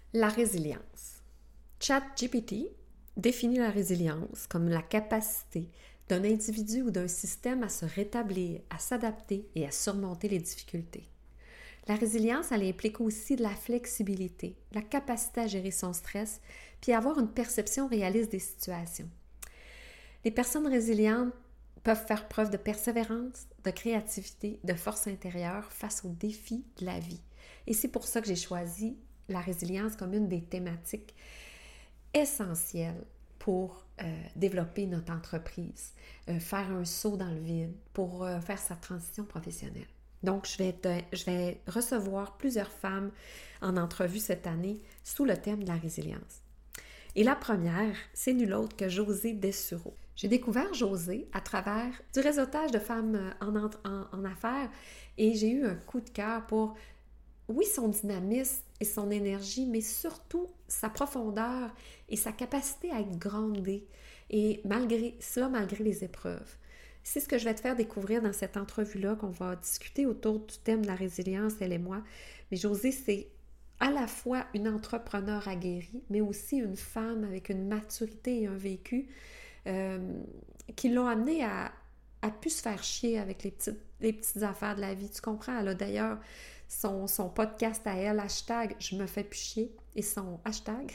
La résilience. ChatGPT définit la résilience comme la capacité d'un individu ou d'un système à se rétablir, à s'adapter et à surmonter les difficultés. La résilience, elle implique aussi de la flexibilité, la capacité à gérer son stress, puis avoir une perception réaliste des situations. Les personnes résilientes peuvent faire preuve de persévérance, de créativité, de force intérieure face aux défis de la vie. Et c'est pour ça que j'ai choisi la résilience comme une des thématiques essentielles pour développer notre entreprise, faire un saut dans le vide, pour faire sa transition professionnelle. Donc, je vais recevoir plusieurs femmes en entrevue cette année sous le thème de la résilience. Et la première, c'est nulle autre que Josée Dessureau. J'ai découvert Josée à travers du réseautage de femmes en affaires et j'ai eu un coup de cœur pour, oui, son dynamisme et son énergie, mais surtout sa profondeur et sa capacité à être groundée, et malgré les épreuves. C'est ce que je vais te faire découvrir dans cette entrevue-là, qu'on va discuter autour du thème de la résilience, elle et moi. Mais Josée, c'est à la fois une entrepreneure aguerrie, mais aussi une femme avec une maturité et un vécu qui l'ont amenée à plus se faire chier avec les petites affaires de la vie. Tu comprends? Elle a d'ailleurs son podcast à elle, hashtag « Je me fais plus chier », et son hashtag,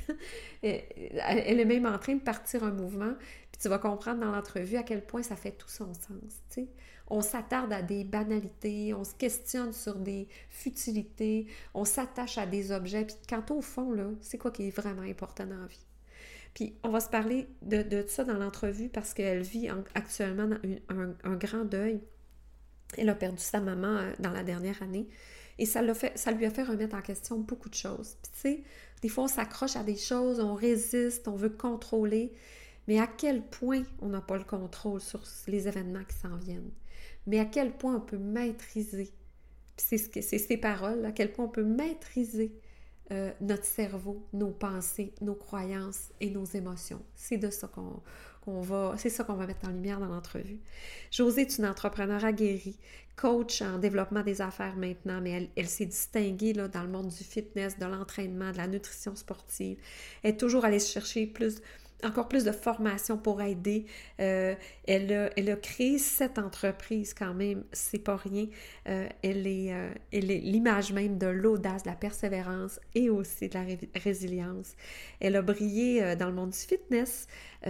elle est même en train de partir un mouvement, puis tu vas comprendre dans l'entrevue à quel point ça fait tout son sens, tu sais. On s'attarde à des banalités, on se questionne sur des futilités, on s'attache à des objets, puis quand au fond, là, c'est quoi qui est vraiment important dans la vie? Puis on va se parler de ça dans l'entrevue parce qu'elle vit actuellement un grand deuil. Elle a perdu sa maman dans la dernière année et ça lui a fait remettre en question beaucoup de choses. Puis tu sais, des fois on s'accroche à des choses, on résiste, on veut contrôler, mais à quel point on n'a pas le contrôle sur les événements qui s'en viennent. Mais à quel point on peut maîtriser, puis c'est ces paroles, à quel point on peut maîtriser notre cerveau, nos pensées, nos croyances et nos émotions. C'est de ça c'est ça qu'on va mettre en lumière dans l'entrevue. Josée est une entrepreneure aguerrie, coach en développement des affaires maintenant, mais elle s'est distinguée là, dans le monde du fitness, de l'entraînement, de la nutrition sportive. Elle est toujours allée chercher encore plus de formation pour aider. Elle a créé cette entreprise quand même, c'est pas rien. Elle est l'image même de l'audace, de la persévérance et aussi de la résilience. Elle a brillé dans le monde du fitness.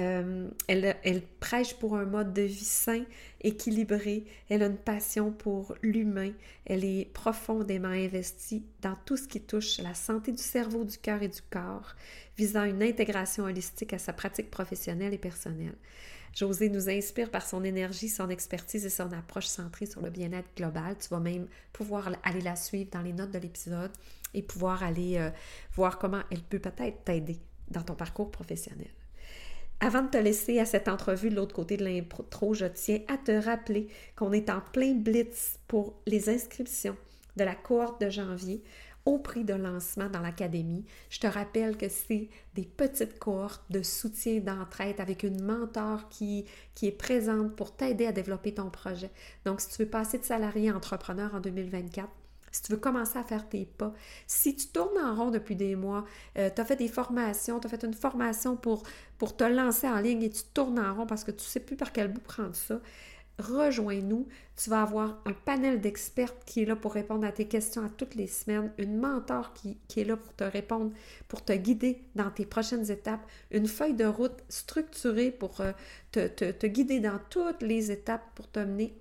Elle prêche pour un mode de vie sain, équilibré. Elle a une passion pour l'humain. Elle est profondément investie dans tout ce qui touche la santé du cerveau, du cœur et du corps, visant une intégration holistique à sa pratique professionnelle et personnelle. Josée nous inspire par son énergie, son expertise et son approche centrée sur le bien-être global. Tu vas même pouvoir aller la suivre dans les notes de l'épisode et pouvoir aller voir comment elle peut peut-être t'aider dans ton parcours professionnel. Avant de te laisser à cette entrevue de l'autre côté de l'intro, je tiens à te rappeler qu'on est en plein blitz pour les inscriptions de la cohorte de janvier au prix de lancement dans l'académie. Je te rappelle que c'est des petites cohortes de soutien, d'entraide avec une mentor qui est présente pour t'aider à développer ton projet. Donc, si tu veux passer de salarié à entrepreneur en 2024, si tu veux commencer à faire tes pas, si tu tournes en rond depuis des mois, tu as fait des formations, tu as fait une formation pour te lancer en ligne et tu tournes en rond parce que tu ne sais plus par quel bout prendre ça, rejoins-nous. Tu vas avoir un panel d'expertes qui est là pour répondre à tes questions à toutes les semaines, une mentor qui est là pour te répondre, pour te guider dans tes prochaines étapes, une feuille de route structurée pour te guider dans toutes les étapes pour te mener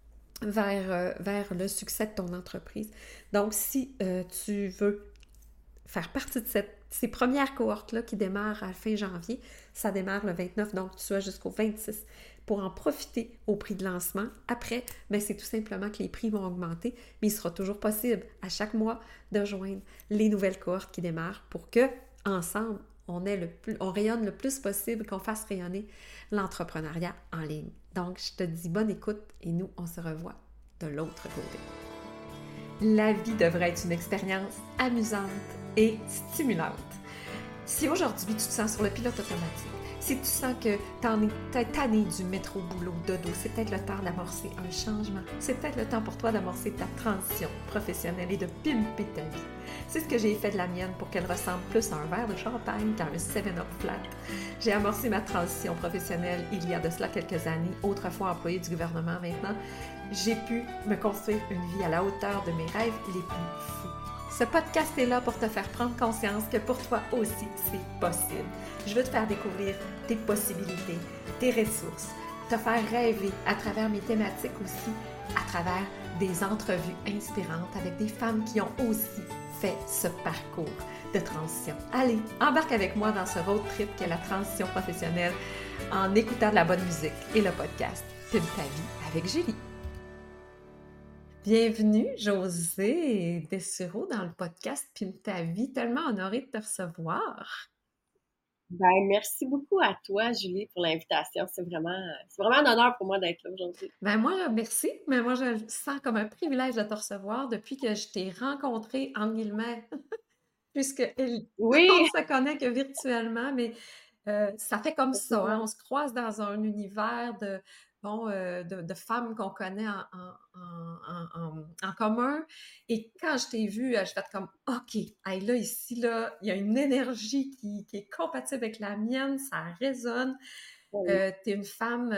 vers le succès de ton entreprise. Donc, si tu veux faire partie de ces premières cohortes-là qui démarrent à fin janvier, ça démarre le 29, donc tu as jusqu'au 26 pour en profiter au prix de lancement. Après, ben, c'est tout simplement que les prix vont augmenter, mais il sera toujours possible à chaque mois de joindre les nouvelles cohortes qui démarrent pour que, ensemble, on rayonne le plus possible, qu'on fasse rayonner l'entrepreneuriat en ligne. Donc, je te dis bonne écoute et nous, on se revoit de l'autre côté. La vie devrait être une expérience amusante et stimulante. Si aujourd'hui tu te sens sur le pilote automatique, si tu sens que t'en es tanné du métro boulot dodo, c'est peut-être le temps d'amorcer un changement. C'est peut-être le temps pour toi d'amorcer ta transition professionnelle et de pimper ta vie. C'est ce que j'ai fait de la mienne pour qu'elle ressemble plus à un verre de champagne qu'à un 7-Up flat. J'ai amorcé ma transition professionnelle il y a de cela quelques années, autrefois employée du gouvernement maintenant. J'ai pu me construire une vie à la hauteur de mes rêves les plus fous. Ce podcast est là pour te faire prendre conscience que pour toi aussi, c'est possible. Je veux te faire découvrir tes possibilités, tes ressources, te faire rêver à travers mes thématiques aussi, à travers des entrevues inspirantes avec des femmes qui ont aussi fait ce parcours de transition. Allez, embarque avec moi dans ce road trip qu'est la transition professionnelle en écoutant de la bonne musique et le podcast Pimpe ta vie avec Julie. Bienvenue, Josée Dessureau, dans le podcast Pimpe ta vie. Tellement honorée de te recevoir. Ben, merci beaucoup à toi, Julie, pour l'invitation. C'est vraiment un honneur pour moi d'être là aujourd'hui. Ben moi, merci, mais moi, je le sens comme un privilège de te recevoir depuis que je t'ai rencontrée, en guillemets, puisque on Oui, se connaît que virtuellement, mais ça fait comme ça, hein? On se croise dans un univers de femmes qu'on connaît en commun. Et quand je t'ai vue, je fais comme, OK, hey, là, ici, là, il y a une énergie qui est compatible avec la mienne, ça résonne. oui. Tu es une femme,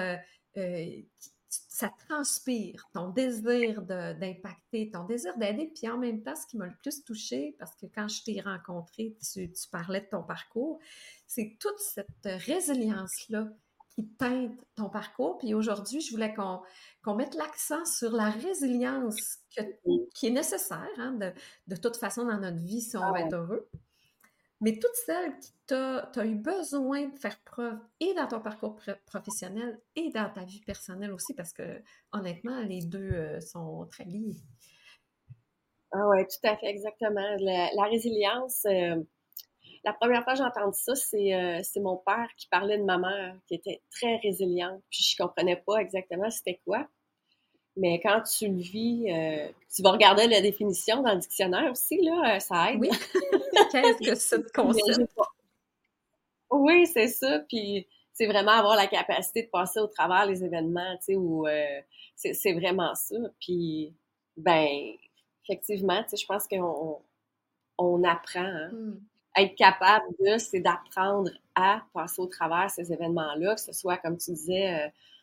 ça transpire ton désir d'impacter, ton désir d'aider. Puis en même temps, ce qui m'a le plus touchée, parce que quand je t'ai rencontrée, tu parlais de ton parcours, c'est toute cette résilience-là qui teinte ton parcours. Puis aujourd'hui, je voulais qu'on mette l'accent sur la résilience qui est nécessaire, hein, de toute façon dans notre vie si on Ah veut ouais. être heureux. Mais toutes celles qui t'as eu besoin de faire preuve et dans ton parcours professionnel et dans ta vie personnelle aussi, parce que honnêtement, les deux sont très liés. Ah ouais, tout à fait, exactement. La résilience, la première fois que j'ai entendu ça, c'est mon père qui parlait de ma mère, qui était très résiliente. Puis je comprenais pas exactement c'était quoi. Mais quand tu le vis, tu vas regarder la définition dans le dictionnaire aussi, là, ça aide. Oui, qu'est-ce que ce Mais j'ai concept? pas. Oui, c'est ça. Puis c'est vraiment avoir la capacité de passer au travers les événements, tu sais, où c'est vraiment ça. Puis ben, effectivement, tu sais, je pense qu'on apprend, hein. Hmm. Être capable c'est d'apprendre à passer au travers ces événements-là, que ce soit, comme tu disais,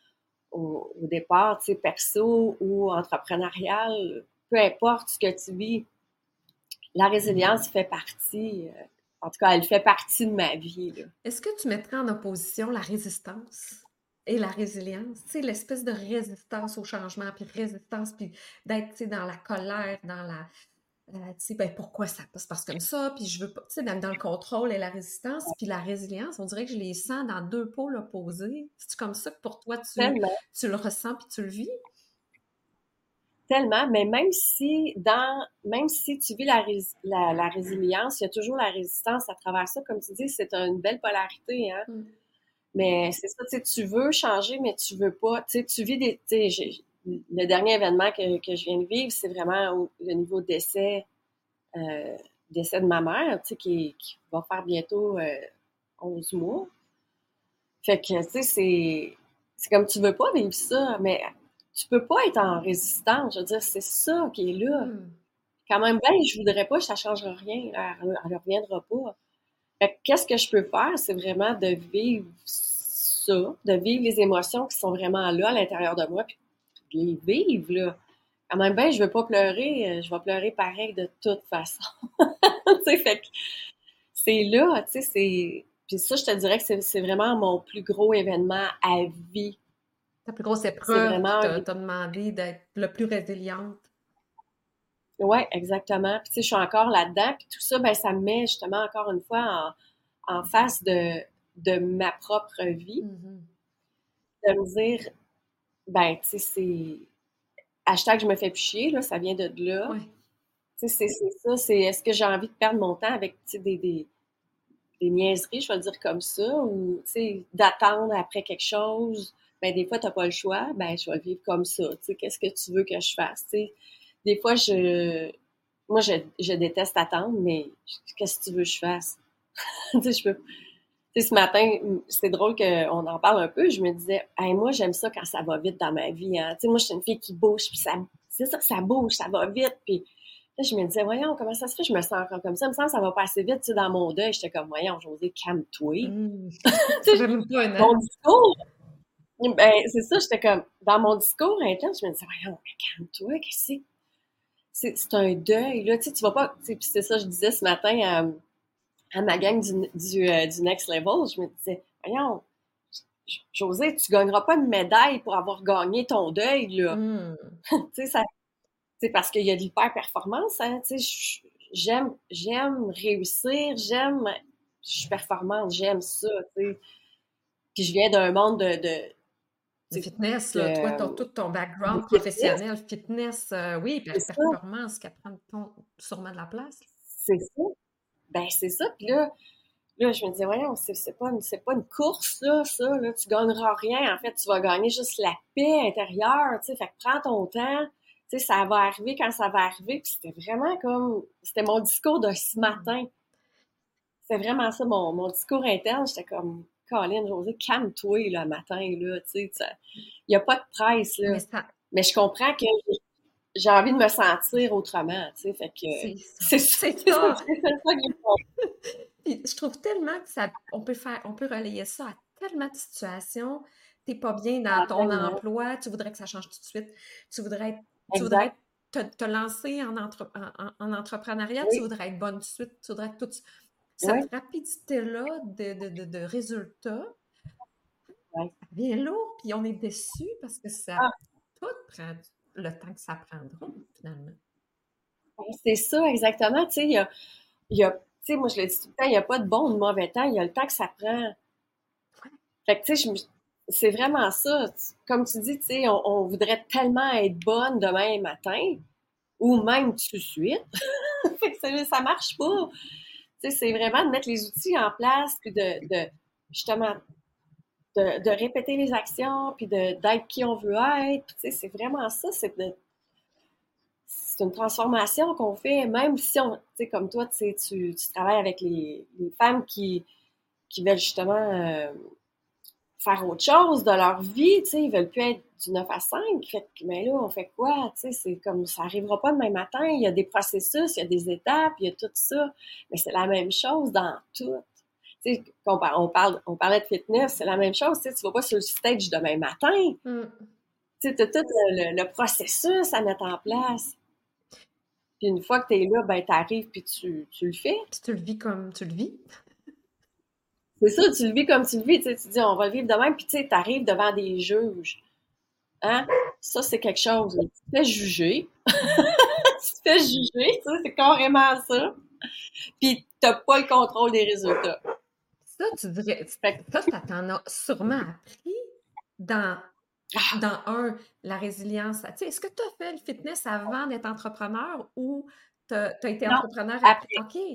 au départ, tu sais, perso ou entrepreneurial, peu importe ce que tu vis, la résilience fait partie, en tout cas, elle fait partie de ma vie, là. Est-ce que tu mettrais en opposition la résistance et la résilience? Tu sais, l'espèce de résistance au changement, puis résistance, puis d'être, tu sais, dans la colère, dans la, tu sais, ben pourquoi ça se passe comme ça, puis je veux pas, tu sais, même dans le contrôle et la résistance, puis la résilience, on dirait que je les sens dans deux pôles opposés. C'est comme ça que pour toi, Tellement, tu le ressens puis tu le vis? tellement, mais même si tu vis la résilience, il y a toujours la résistance à travers ça. Comme tu dis, c'est une belle polarité, hein. Mm. Mais c'est ça, tu sais, tu veux changer, mais tu veux pas. Tu sais, tu vis tu sais, le dernier événement que je viens de vivre, c'est vraiment le niveau euh, décès de ma mère, tu sais, qui va faire bientôt 11 mois. Fait que, tu sais, c'est comme tu veux pas vivre ça, mais tu peux pas être en résistance. Je veux dire, c'est ça qui est là. Mm. Quand même, ben, je voudrais pas, ça changera rien. Elle reviendra pas. Fait que qu'est-ce que je peux faire? C'est vraiment de vivre ça, de vivre les émotions qui sont vraiment là à l'intérieur de moi, puis de les vivre, là. Quand même, ben, je veux pas pleurer, je vais pleurer pareil de toute façon. Tu sais, fait que c'est là, tu sais, c'est. Puis ça, je te dirais que c'est vraiment mon plus gros événement à vie. Ta plus grosse C'est épreuve qui vraiment t'a demandé d'être le plus résiliente. ouais, exactement. Puis tu sais, je suis encore là-dedans. Puis tout ça, ben, ça me met justement encore une fois en face de ma propre vie. Mhm. De me dire, ben, tu sais, c'est. Hashtag je me fais plus chier, là, ça vient de là. Ouais. Tu sais, c'est ça, c'est est-ce que j'ai envie de perdre mon temps avec, tu sais, des niaiseries, je vais le dire comme ça, ou, tu sais, d'attendre après quelque chose. Ben, des fois, t'as pas le choix, ben, je vais le vivre comme ça. Tu sais, qu'est-ce que tu veux que je fasse, tu sais. Des fois, moi, je déteste attendre, mais qu'est-ce que tu veux que je fasse? Tu sais, je peux. Tu sais, ce matin, c'est drôle qu'on en parle un peu. Je me disais, hey, moi, j'aime ça quand ça va vite dans ma vie. Hein. Tu sais, moi, je suis une fille qui bouge, puis c'est ça, ça bouge, ça va vite. Puis là, je me disais, voyons, comment ça se fait? Je me sens encore comme ça. Il me semble que ça va pas assez vite, tu sais, dans mon deuil. J'étais comme, voyons, Josée, calme-toi. Ça fait même pas un an. Mon discours, ben, c'est ça, j'étais comme, dans mon discours interne, je me disais, voyons, mais calme-toi, qu'est-ce que c'est un deuil, là, tu sais, tu vas pas, tu sais, puis c'est ça, je disais ce matin à ma gang du Next Level, je me disais, voyons, José, tu gagneras pas une médaille pour avoir gagné ton deuil, là. Tu sais, ça, tu sais, parce qu'il y a de l'hyper-performance, hein, tu sais, j'aime réussir, je suis performante, j'aime ça, tu sais. Puis je viens d'un monde Le fitness, là, toi, de, tout ton de background fitness, professionnel, fitness, oui, c'est ça, performance qui prend sûrement de la place. c'est ça. Ben, c'est ça. Puis là, je me disais, voyons, c'est pas une course, ça, là, tu gagneras rien. En fait, tu vas gagner juste la paix intérieure, tu sais. Fait que prends ton temps, tu sais, ça va arriver quand ça va arriver. Puis c'était vraiment comme, c'était mon discours de ce matin. C'était vraiment ça, mon discours interne. J'étais comme, Colin, Josée, calme-toi, là, le matin, là, tu sais. Il n'y a pas de presse, là. Mais ça, Mais je comprends que j'ai envie de me sentir autrement, tu sais. Fait que, c'est ça. c'est ça, C'est c'est ça, ça. c'est ça que j'ai compris. Puis je trouve tellement que on peut relayer ça à tellement de situations. T'es pas bien dans Ah, ton tellement. emploi, tu voudrais que ça change tout de suite. Tu voudrais Exact. te lancer en entrepreneuriat, tu Oui, voudrais être bonne tout de suite, tu voudrais tout. Cette oui, rapidité-là de résultats, oui. ça devient lourd, puis on est déçu parce que ça Ah, tout prend le temps que ça prendra, finalement. c'est ça, exactement. Tu sais, tu sais, moi, je le dis tout le temps, il n'y a pas de bon ou de mauvais temps, il y a le temps que ça prend. Fait que, tu sais, c'est vraiment ça. Comme tu dis, tu sais, on voudrait tellement être bonne demain matin, ou même tout de suite. Fait que ça marche pas. Tu sais, c'est vraiment de mettre les outils en place, puis justement, de répéter les actions, puis d'être qui on veut être. Puis, tu sais, c'est vraiment ça, c'est une transformation qu'on fait, même si tu sais, comme toi, tu sais, tu travailles avec les femmes qui veulent justement faire autre chose de leur vie, tu sais, ils veulent plus être du 9 à 5. Fait que, mais là, on fait quoi? Tu sais, c'est comme, ça arrivera pas demain matin. Il y a des processus, il y a des étapes, il y a tout ça. Mais c'est la même chose dans tout. Tu sais, on parlait de fitness, c'est la même chose. Tu sais, tu vas pas sur le stage demain matin. Mm. Tu sais, tu as tout le processus à mettre en place. Puis une fois que tu es là, ben, tu arrives puis tu le fais. Puis tu le vis comme tu le vis. C'est ça, tu le vis comme tu le vis. Tu sais, tu dis, on va le vivre de même, puis tu sais, tu arrives devant des juges. Hein? Ça, c'est quelque chose. Tu te fais juger. Tu te fais juger, ça, c'est carrément ça. Puis t'as pas le contrôle des résultats. Ça, Fait que, ça t'en as sûrement appris dans, ah, la résilience. Tu sais, est-ce que tu as fait le fitness avant d'être entrepreneur ou tu as été non, entrepreneur après? après. OK.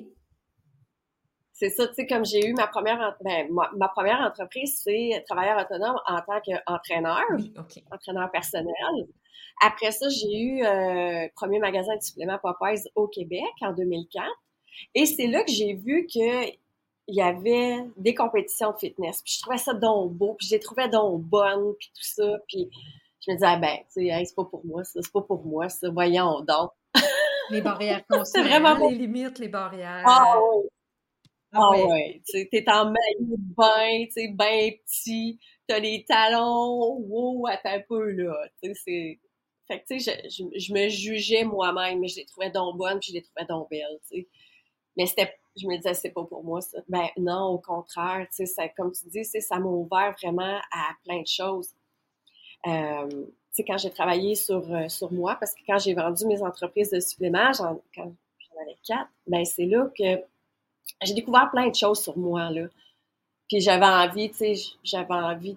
C'est ça, tu sais, comme j'ai eu ma première entreprise, c'est travailleur autonome en tant qu'entraîneur, Oui, OK. entraîneur personnel. Après ça, j'ai eu premier magasin de suppléments Popeyes au Québec en 2004. Et c'est là que j'ai vu que il y avait des compétitions de fitness. Puis je trouvais ça donc beau, puis je les trouvais donc bonnes, puis tout ça. Puis je me disais, ah ben, tu sais, hey, c'est pas pour moi, ça, c'est pas pour moi, ça, voyons donc. Les barrières qu'on se C'est met, vraiment hein, pas. les limites, les Ah barrières. oui, Ah ah oui. ouais. Tu sais, t'es en maillot de bain, tu sais, ben petit, t'as les talons, wow, attends un peu, là. Tu sais, c'est. Fait que, tu sais, je me jugeais moi-même, mais je les trouvais donc bonnes, puis je les trouvais donc belles, tu sais. Mais je me disais, c'est pas pour moi, ça. Ben non, au contraire, tu sais, comme tu dis, ça m'a ouvert vraiment à plein de choses. Tu sais, quand j'ai travaillé sur moi, parce que quand j'ai vendu mes entreprises de suppléments, quand j'en avais 4, ben c'est là que j'ai découvert plein de choses sur moi, là. Puis j'avais envie, tu sais, j'avais envie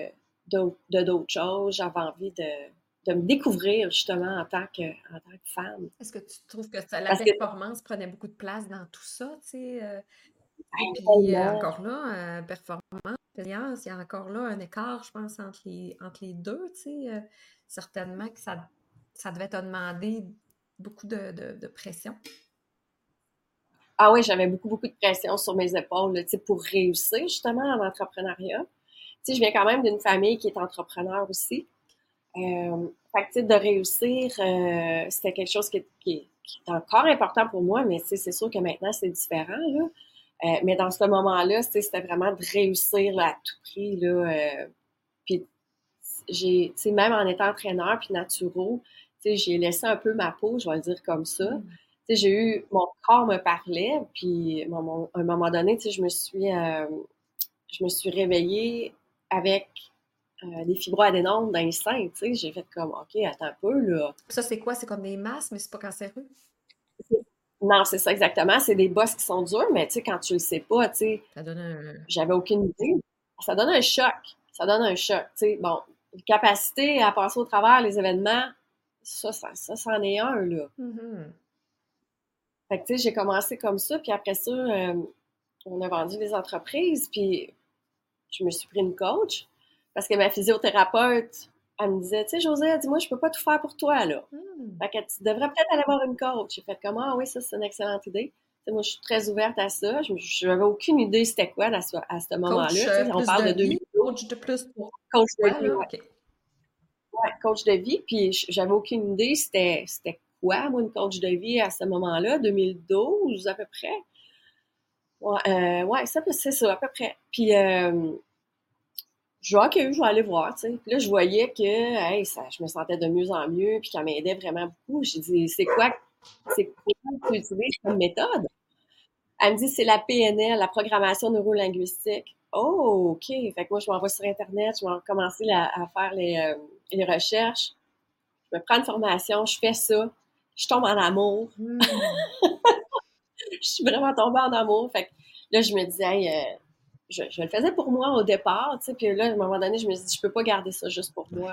de d'autres choses, j'avais envie de me découvrir justement en tant que femme. Est-ce que tu trouves que la Parce que, performance prenait beaucoup de place dans tout ça, tu sais? Puis tellement, encore là, performance, résilience, il y a encore là un écart, je pense, entre les deux, tu sais. Certainement que ça devait te demander beaucoup de pression. Ah oui, j'avais beaucoup, beaucoup de pression sur mes épaules, là, tu sais, pour réussir justement en entrepreneuriat. Tu sais, je viens quand même d'une famille qui est entrepreneur aussi. Fait que, tu sais, de réussir, c'était quelque chose qui est encore important pour moi, mais tu sais, c'est sûr que maintenant, c'est différent, là. Mais dans ce moment-là, tu sais, c'était vraiment de réussir là, à tout prix, là. Puis tu sais, même en étant entraîneur puis naturo, tu sais, j'ai laissé un peu ma peau, je vais le dire comme ça. Tu sais, mon corps me parlait, puis à un moment donné, tu sais, je me suis réveillée avec des fibroadénomes dans les seins, tu sais. J'ai fait comme, OK, attends un peu, là. Ça, c'est quoi? C'est comme des masses, mais c'est pas cancéreux? Non, c'est ça exactement. C'est des bosses qui sont dures, mais tu sais, quand tu le sais pas, tu sais, Ça donne un... j'avais aucune idée. Ça donne un choc. Ça donne un choc. Tu sais, bon, une capacité à passer au travers les événements, ça c'en est un, là. Fait que, tu sais, j'ai commencé comme ça, puis après ça, on a vendu des entreprises, puis je me suis pris une coach, parce que ma physiothérapeute, elle me disait, tu sais, Josée, dis-moi, je peux pas tout faire pour toi, là. Fait que tu devrais peut-être aller voir une coach. J'ai fait comme, ah oui, ça, c'est une excellente idée. Tu sais, moi, je suis très ouverte à ça. Je n'avais aucune idée c'était quoi à ce Coach moment-là. Tu sais, on plus parle de de vie, 2012. coach de plus pour Coach de toi, vie, là? ouais. OK. Ouais, coach de vie. Puis j'avais aucune idée c'était quoi, moi, une coach de vie à ce moment-là, 2012 à peu près. Ouais, ça, c'est ça, à peu près. Puis je dis, OK, je vais aller voir, tu sais. Puis là, je voyais que, hey, je me sentais de mieux en mieux, puis qu'elle m'aidait vraiment beaucoup. J'ai dit, c'est quoi que tu utilises comme méthode? Elle me dit, c'est la PNL, la programmation neurolinguistique. Oh, OK. Fait que moi, je m'en vais sur Internet, je vais commencer à faire les recherches. Je me prends une formation, je fais ça. Je tombe en amour. Je suis vraiment tombée en amour. Fait que là, je me disais, hey, je le faisais pour moi au départ, tu sais, puis là, à un moment donné, je me suis dit, je peux pas garder ça juste pour moi.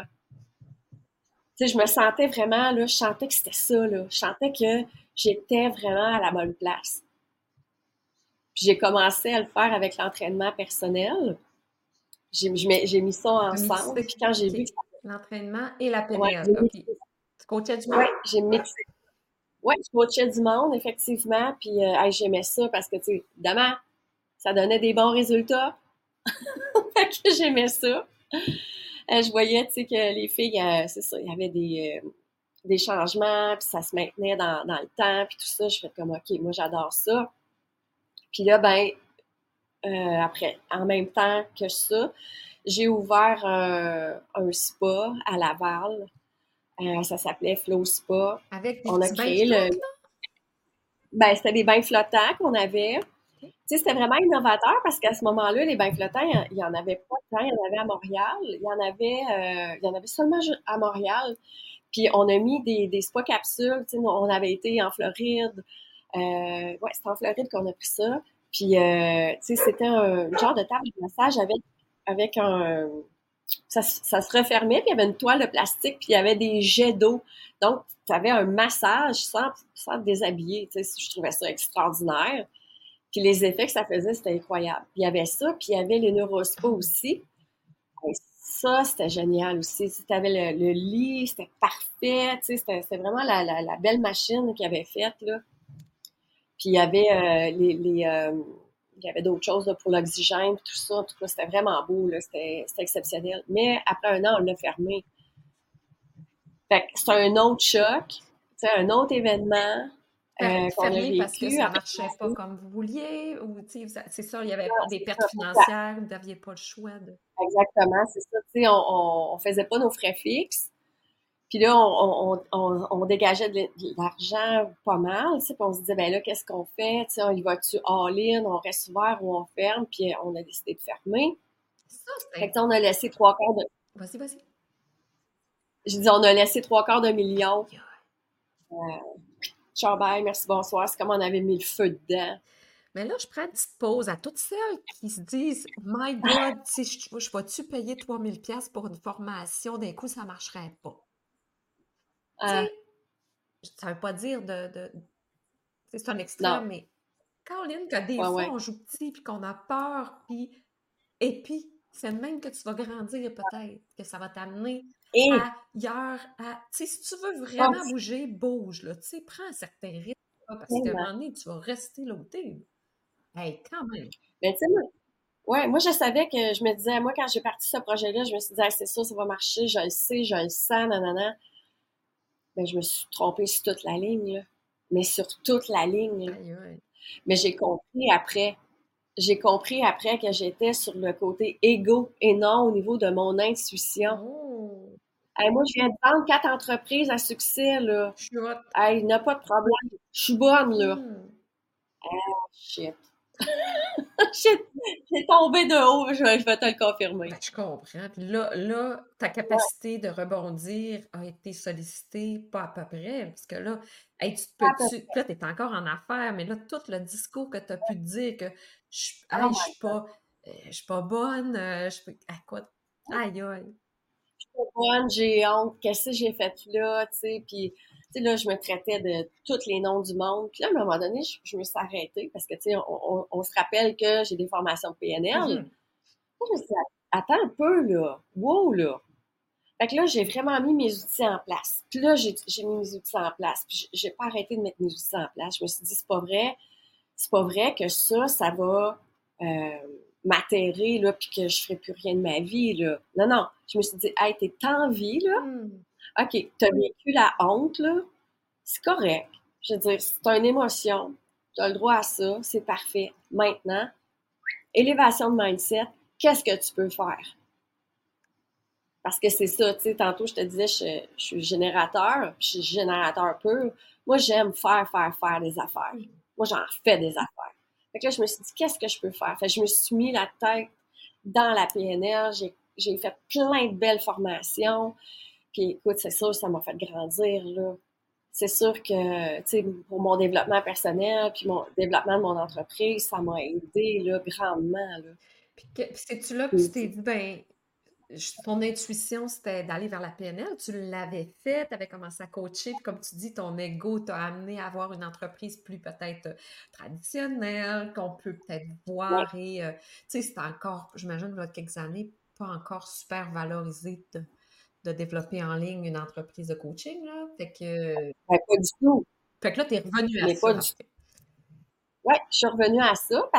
Tu sais, je me sentais vraiment, là, je sentais que c'était ça, là. Je sentais que j'étais vraiment à la bonne place. Puis j'ai commencé à le faire avec l'entraînement personnel. J'ai mis ça ensemble. Puis quand j'ai vu que ça... L'entraînement et la Ouais, PNL. OK. Tu coachais du monde? ouais, j'ai mixé. Ouais, je coachais du monde, effectivement. Puis hey, j'aimais ça parce que, tu sais, évidemment, ça donnait des bons résultats. Fait que j'aimais ça. Je voyais, tu sais, que les filles, c'est ça, il y avait des changements, puis ça se maintenait dans le temps, puis tout ça. Je fais comme, OK, moi, j'adore ça. Puis là, ben, après, en même temps que ça, j'ai ouvert un spa à Laval. Ça s'appelait Flow Spa. Avec des On a petits bains créé flottes, là? Ben, c'était des bains flottants qu'on avait. Tu sais, c'était vraiment innovateur parce qu'à ce moment-là, les bains flottants, il y en avait pas tant. Il y en avait à Montréal. Il y en avait seulement à Montréal. Puis on a mis des spa capsules. Tu sais, on avait été en Floride. Ouais, c'était en Floride qu'on a pris ça. Puis, tu sais, c'était un genre de table de massage avec un... Ça se refermait, puis il y avait une toile de plastique, puis il y avait des jets d'eau. Donc, tu avais un massage sans te déshabiller. Tu sais, je trouvais ça extraordinaire. Puis les effets que ça faisait, c'était incroyable. Puis il y avait ça, puis il y avait les neurospas aussi. Et ça, c'était génial aussi. Tu avais le lit, c'était parfait. Tu sais, c'était vraiment la belle machine qu'ils avaient faite, là. Puis il y avait il y avait d'autres choses là, pour l'oxygène, tout ça. En tout cas, c'était vraiment beau, là. C'était exceptionnel. Mais après un an, on l'a fermé. Fait que c'est un autre choc, c'est un autre événement qu'on a Fermé parce que vécu. ça Après, marchait pas comme vous vouliez, ou c'est ça, il y avait des c'est pertes ça, financières, vous n'aviez pas le choix de... exactement, c'est ça. Tu sais, on faisait pas nos frais fixes. Puis là, on dégageait de l'argent pas mal, tu sais, puis on se disait, ben là, qu'est-ce qu'on fait? Tu sais, on y va-tu all-in, on reste ouvert ou on ferme? Puis on a décidé de fermer. Ça, Fait c'était... que, on a laissé trois quarts de... Vas-y, vas-y. Je dis, on a laissé trois quarts de million. Aïe, aïe. Ciao, bye, merci, bonsoir. C'est comme on avait mis le feu dedans. Mais là, je prends une petite pause à toutes celles qui se disent My God, tu sais, je vais-tu payer 3000$ pour une formation? D'un coup, ça ne marcherait pas. Tu Ah, sais, ça ne veut pas dire c'est un non, extrême, mais Caroline, que des ouais, fois, ouais. on joue petit, puis qu'on a peur, et puis, c'est le même que tu vas grandir peut-être, que ça va t'amener Et, ailleurs. Tu sais, si tu veux oh, vraiment bouger, bouge, là. Tu sais, prends un certain rythme. pas, parce qu'à un tellement. moment donné, tu vas rester là où t'es. Hey, quand même. Mais tu sais, moi, je savais que je me disais, moi, quand j'ai parti ce projet-là, je me suis dit, ah, c'est sûr, ça va marcher, je le sais, je le sens, nanana. Ben, je me suis trompée sur toute la ligne, là. Mais sur toute la ligne, là. Aïe, aïe. Mais j'ai compris après. J'ai compris après que j'étais sur le côté égo et non au niveau de mon intuition. Oh, Hey, moi, je viens de vendre 4 entreprises à succès, là. je suis hot. Hey, il n'y a pas de problème. Je suis bonne, là. Hmm. Shit. Shit. J'ai tombé de haut, je vais te le confirmer. Ben, je comprends. Puis là, ta Ouais, capacité de rebondir a été sollicitée, pas à peu près, parce que là, hey, tu te à peu peux-tu, puis là, t'es encore en affaires, mais là, tout le discours que tu as pu te dire que Oh hey, my God. je suis pas bonne, à quoi? Aïe, aïe. Bonne, j'ai honte. Qu'est-ce que j'ai fait là, tu sais? Puis, tu sais, là, je me traitais de tous les noms du monde. Puis là, à un moment donné, je me suis arrêtée parce que, tu sais, on se rappelle que j'ai des formations PNL. Là, Mhm. je me suis dit, attends un peu, là. Wow, là. Fait que là, j'ai vraiment mis mes outils en place. Puis là, j'ai mis mes outils en place. Puis j'ai pas arrêté de mettre mes outils en place. Je me suis dit, c'est pas vrai que ça va m'atterrer, là, puis que je ferai plus rien de ma vie, là. Non, non. Je me suis dit, hey, t'es en vie, là. Hmm. OK, t'as vécu la honte, là. C'est correct. Je veux dire, c'est une émotion. T'as le droit à ça. C'est parfait. Maintenant, élévation de mindset, qu'est-ce que tu peux faire? Parce que c'est ça, tu sais, tantôt, je te disais, je suis générateur, puis je suis générateur pur. Moi, j'aime faire des affaires. Moi, j'en fais des affaires. Fait que là, je me suis dit, qu'est-ce que je peux faire? Fait que je me suis mis la tête dans la PNL. J'ai fait plein de belles formations. Puis écoute, c'est sûr, ça m'a fait grandir, là. C'est sûr que, tu sais, pour mon développement personnel, puis mon développement de mon entreprise, ça m'a aidé, là, grandement, là. Puis c'est-tu là que tu Puis, t'es dit, ben, ton intuition, c'était d'aller vers la PNL. Tu l'avais fait, tu avais commencé à coacher, puis comme tu dis, ton ego t'a amené à avoir une entreprise plus peut-être traditionnelle, qu'on peut peut-être ouais, voir et, tu sais, c'est encore, j'imagine, il y a quelques années, pas encore super valorisé de développer en ligne une entreprise de coaching, là. ben, pas du tout, Fait que là, t'es revenu à mais pas ça du tout. après. Ouais, je suis revenue à ça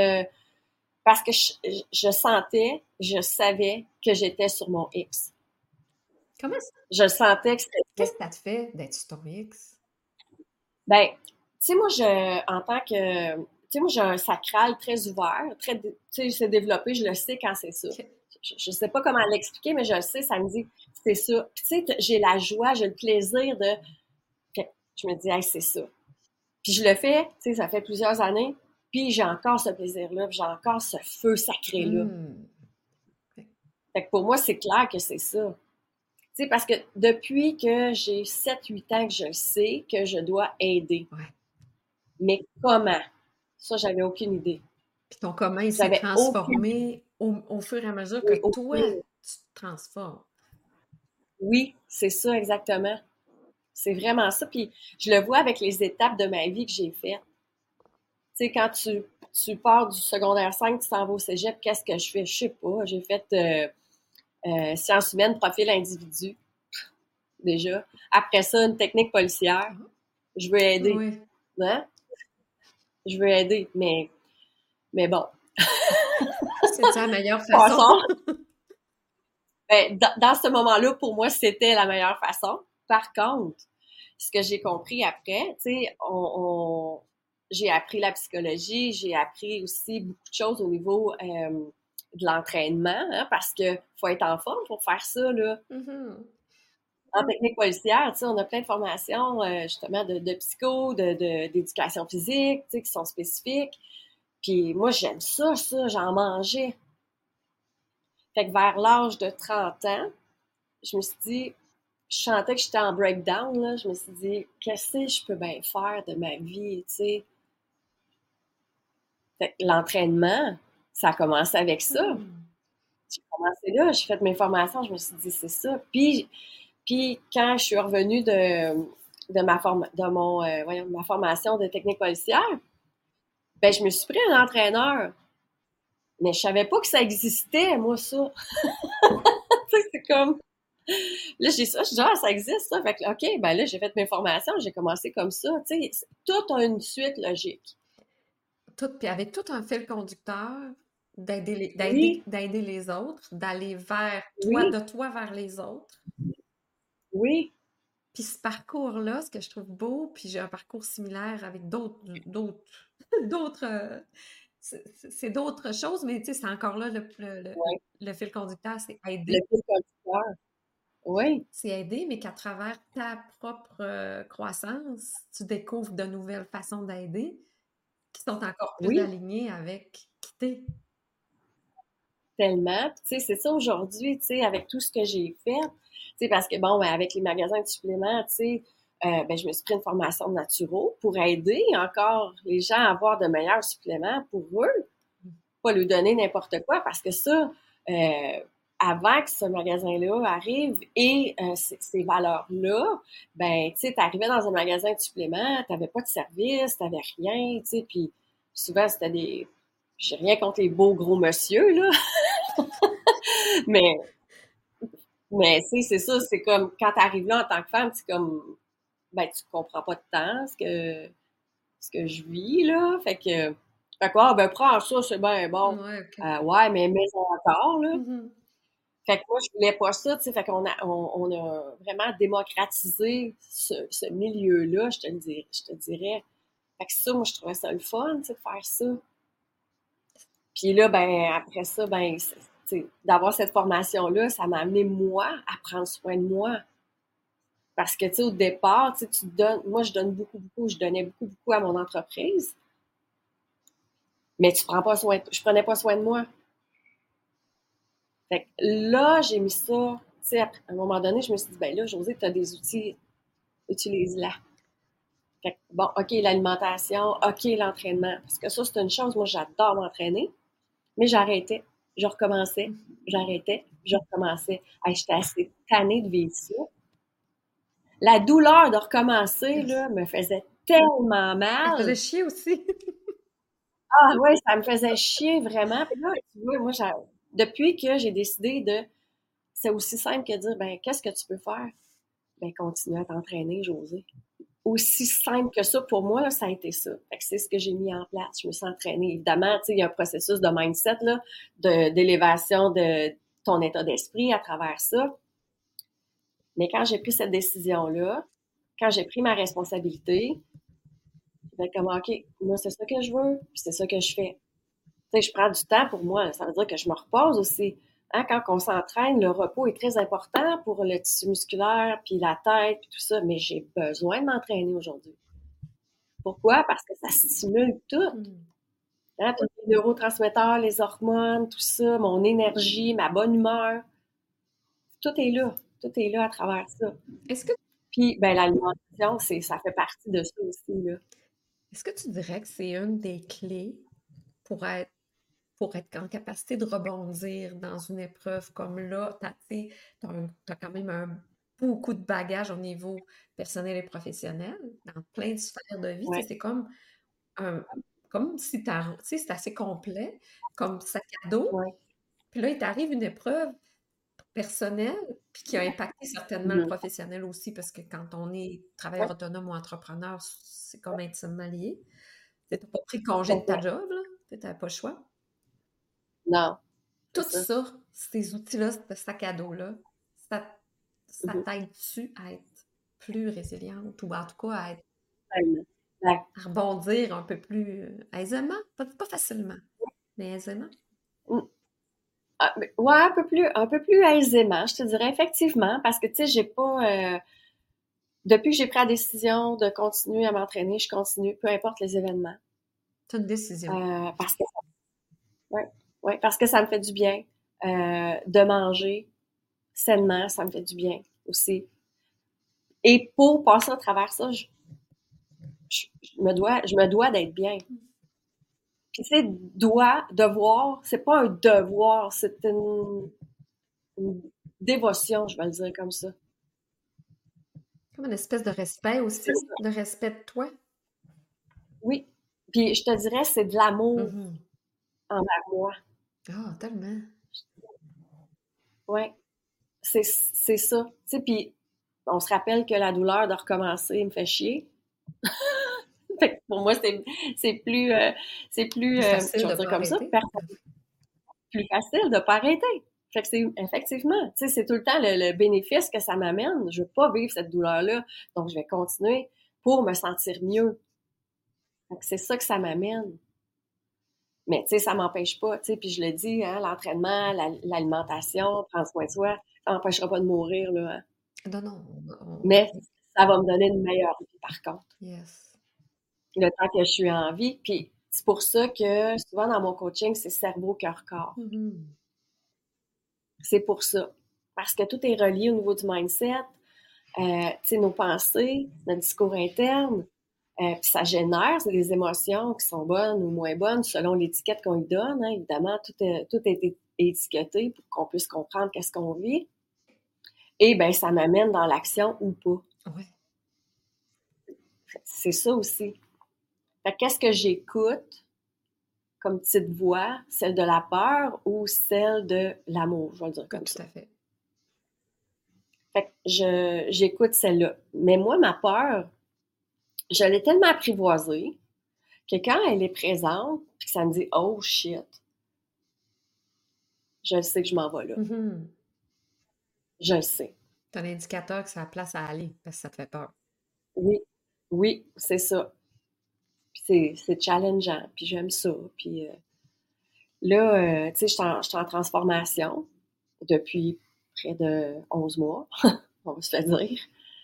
parce que je sentais, je savais que j'étais sur mon X. Comment, Je sentais que c'était ça. qu'est-ce que ça te fait d'être sur ton X? Ben, tu sais, moi, en tant que, tu sais, moi, j'ai un sacral très ouvert, tu sais, c'est développé, je le sais quand c'est ça. OK. Je sais pas comment l'expliquer, mais je le sais, ça me dit, c'est ça. Puis, tu sais, j'ai la joie, j'ai le plaisir de, fait que je me dis, hey, c'est ça. Puis, je le fais, tu sais, ça fait plusieurs années, puis j'ai encore ce plaisir-là, puis j'ai encore ce feu sacré-là. Hmm. Fait que pour moi, c'est clair que c'est ça. Tu sais, parce que depuis que j'ai 7 8 ans que je sais que je dois aider. Ouais. Mais comment? Ça, j'avais aucune idée. Puis ton comment il s'est J'avais aucune idée. transformé au fur et à mesure que Oui, toi, tu te transformes. oui, c'est ça exactement. C'est vraiment ça. Puis je le vois avec les étapes de ma vie que j'ai faites. Tu sais, quand tu pars du secondaire 5, tu t'en vas au cégep, qu'est-ce que je fais? Je sais pas. J'ai fait sciences humaines, profil individu, déjà. Après ça, une technique policière. Ah, Je veux aider. oui. Hein? Je veux aider, mais bon. C'est la meilleure façon. Passons. Ben, dans ce moment-là, pour moi, c'était la meilleure façon. Par contre, ce que j'ai compris après, tu sais, j'ai appris la psychologie, j'ai appris aussi beaucoup de choses au niveau de l'entraînement, hein, parce que faut être en forme pour faire ça, là. Mhm. En technique policière, tu sais, on a plein de formations, justement, de psycho, d'éducation physique, tu sais, qui sont spécifiques. Puis moi, j'aime ça, j'en mangeais. Fait que vers l'âge de 30 ans, je me suis dit, je sentais que j'étais en breakdown, là. Je me suis dit, qu'est-ce que je peux bien faire de ma vie, tu sais? Fait que l'entraînement, ça a commencé avec ça. Hmm. J'ai commencé là, j'ai fait mes formations, je me suis dit, c'est ça. Puis quand je suis revenue ma formation de technique policière, ben, je me suis pris un entraîneur. Mais je savais pas que ça existait, moi, ça. Tu sais, c'est comme, Là, j'ai ça, je dis, ah, ça existe, ça. Fait que, OK, ben là, j'ai fait mes formations, j'ai commencé comme ça. Tu sais, tout a une suite logique. Puis avec tout un fil conducteur Oui, d'aider les autres, d'aller vers toi, oui, de toi vers les autres. oui, Puis ce parcours-là, ce que je trouve beau, puis j'ai un parcours similaire avec d'autres, c'est d'autres choses, mais tu sais, c'est encore là oui. le fil conducteur, c'est Le aider. fil conducteur. Oui, C'est aider, mais qu'à travers ta propre croissance, tu découvres de nouvelles façons d'aider qui sont encore plus oui, alignées avec qui t'es. tellement. Puis, tu sais, c'est ça aujourd'hui, tu sais, avec tout ce que j'ai fait. Tu sais, parce que, bon, ben, avec les magasins de suppléments, tu sais, ben, je me suis pris une formation de naturo pour aider encore les gens à avoir de meilleurs suppléments pour eux, pas lui donner n'importe quoi, parce que ça, euh, avant que ce magasin-là arrive et ces valeurs-là, ben, tu sais, t'arrivais dans un magasin de suppléments, t'avais pas de service, t'avais rien, tu sais, puis souvent, c'était des... J'ai rien contre les beaux gros monsieur, là, mais, mais tu sais, c'est ça, c'est comme, quand t'arrives là en tant que femme, c'est comme, ben, tu comprends pas de temps ce que je vis, là, fait que, ah, ben, prends ça, c'est bien bon. Ouais, OK. Ouais, mais encore, là. Mhm. Fait que moi, je voulais pas ça, tu sais. Fait qu'on a vraiment démocratisé ce milieu-là, je te dirais. Fait que ça, moi, je trouvais ça le fun, tu sais, de faire ça. Puis là, ben, après ça, ben, tu sais, d'avoir cette formation-là, ça m'a amené, moi, à prendre soin de moi. Parce que, tu sais, au départ, tu sais, tu donnes, moi, je donne beaucoup, beaucoup, je donnais beaucoup, beaucoup à mon entreprise, mais tu prends pas soin, je prenais pas soin de moi. Fait que là, j'ai mis ça, tu sais, à un moment donné, je me suis dit, ben là, Josée, tu as des outils, utilise-la. Fait que, bon, OK, l'alimentation, OK, l'entraînement. Parce que ça, c'est une chose, moi, j'adore m'entraîner, mais j'arrêtais, je recommençais, j'arrêtais, je recommençais. Hey, j'étais assez tannée de vivre ça. La douleur de recommencer, là, me faisait tellement Elle faisait mal. chier aussi. Ah ouais, ça me faisait chier vraiment. Puis là, tu vois, moi, depuis que j'ai décidé de... C'est aussi simple que dire, ben, qu'est-ce que tu peux faire? Ben, continuer à t'entraîner, Josée. Aussi simple que ça, pour moi, là, ça a été ça. Fait que c'est ce que j'ai mis en place. Je me suis entraînée. Évidemment, tu sais, il y a un processus de mindset, là, d'élévation de ton état d'esprit à travers ça. Mais quand j'ai pris cette décision-là, quand j'ai pris ma responsabilité, j'ai fait comme, OK, moi, c'est ça que je veux, puis c'est ça que je fais. Tu sais, je prends du temps pour moi. Ça veut dire que je me repose aussi. Hein, quand on s'entraîne, le repos est très important pour le tissu musculaire, puis la tête, puis tout ça. Mais j'ai besoin de m'entraîner aujourd'hui. Pourquoi? Parce que ça stimule tout. Hmm. Hein, tous les neurotransmetteurs, les hormones, tout ça, mon énergie, ma bonne humeur, tout est là. Tout est là à travers ça. Est-ce que, Puis, ben, l'alimentation, ça fait partie de ça aussi, là. est-ce que tu dirais que c'est une des clés pour être, pour être en capacité de rebondir dans une épreuve comme là? T'as quand même beaucoup de bagages au niveau personnel et professionnel, dans plein de sphères de vie. Tu sais, Ouais, c'est comme un, comme si tu sais, c'est assez complet, comme sac à dos. ouais. Puis là, il t'arrive une épreuve personnelle, puis qui a impacté certainement le Mhm. professionnel aussi, parce que quand on est Ouais, travailleur autonome ou entrepreneur, c'est comme intimement lié. Tu n'as pas pris congé de ta complètement. job, là. Tu n'avais pas le choix. Non, c'est Tout ça. ça, ces outils-là, ce sac à dos-là, ça, ça Mhm. t'aide-tu à être plus résiliente ou en tout cas Tellement. Ouais. à rebondir un peu plus aisément? Pas facilement, mais aisément. Mm. Ah, ouais, un peu plus aisément, je te dirais effectivement, parce que tu sais, j'ai pas, depuis que j'ai pris la décision de continuer à m'entraîner, je continue, peu importe les événements, C'est une décision. parce que, ouais, ouais, parce que ça me fait du bien de manger sainement, ça me fait du bien aussi. Et pour passer à travers ça, je me dois d'être bien. Puis tu sais, devoir, c'est pas un devoir, c'est une dévotion, je vais le dire comme ça. Comme une espèce de respect aussi, C'est ça. de respect de toi. Oui. Puis je te dirais, c'est de l'amour Mhm. envers moi. Ah, tellement. Ouais. c'est ça. Tu sais, puis on se rappelle que la douleur de recommencer me fait chier. Fait que pour moi, c'est plus, Plus facile je de vais dire pas comme ça, arrêter. plus facile de pas arrêter. Fait que c'est, effectivement, tu sais, c'est tout le temps le bénéfice que ça m'amène. Je veux pas vivre cette douleur-là. Donc, je vais continuer pour me sentir mieux. Fait que c'est ça que ça m'amène. Mais, tu sais, ça m'empêche pas, tu sais, puis je le dis, hein, l'entraînement, l'alimentation, prendre soin de soi, ça m'empêchera pas de mourir, là, hein. Non, non. Mais ça va me donner une meilleure vie, par contre. Yes. Le temps que je suis en vie. Puis c'est pour ça que souvent dans mon coaching, c'est cerveau, cœur, corps. Mm-hmm. C'est pour ça. Parce que tout est relié au niveau du mindset, tu sais, nos pensées, notre discours interne. Puis ça génère, c'est des émotions qui sont bonnes ou moins bonnes selon l'étiquette qu'on y donne. Hein. Évidemment, tout a été étiqueté pour qu'on puisse comprendre qu'est-ce qu'on vit. Et ben ça m'amène dans l'action ou pas. Ouais. C'est ça aussi. Fait que qu'est-ce que j'écoute comme petite voix, celle de la peur ou celle de l'amour, je vais le dire comme Tout ça. à fait. Fait que j'écoute celle-là. Mais moi, ma peur, je l'ai tellement apprivoisée que quand elle est présente, puis que ça me dit « Oh shit », je le sais que je m'en vais là. Mm-hmm. Je le sais. C'est un indicateur que ça a place à aller parce que ça te fait peur. Oui, oui, c'est ça. Puis c'est challengeant, puis j'aime ça. Puis là, tu sais, je suis en transformation depuis près de 11 mois, on va se le dire.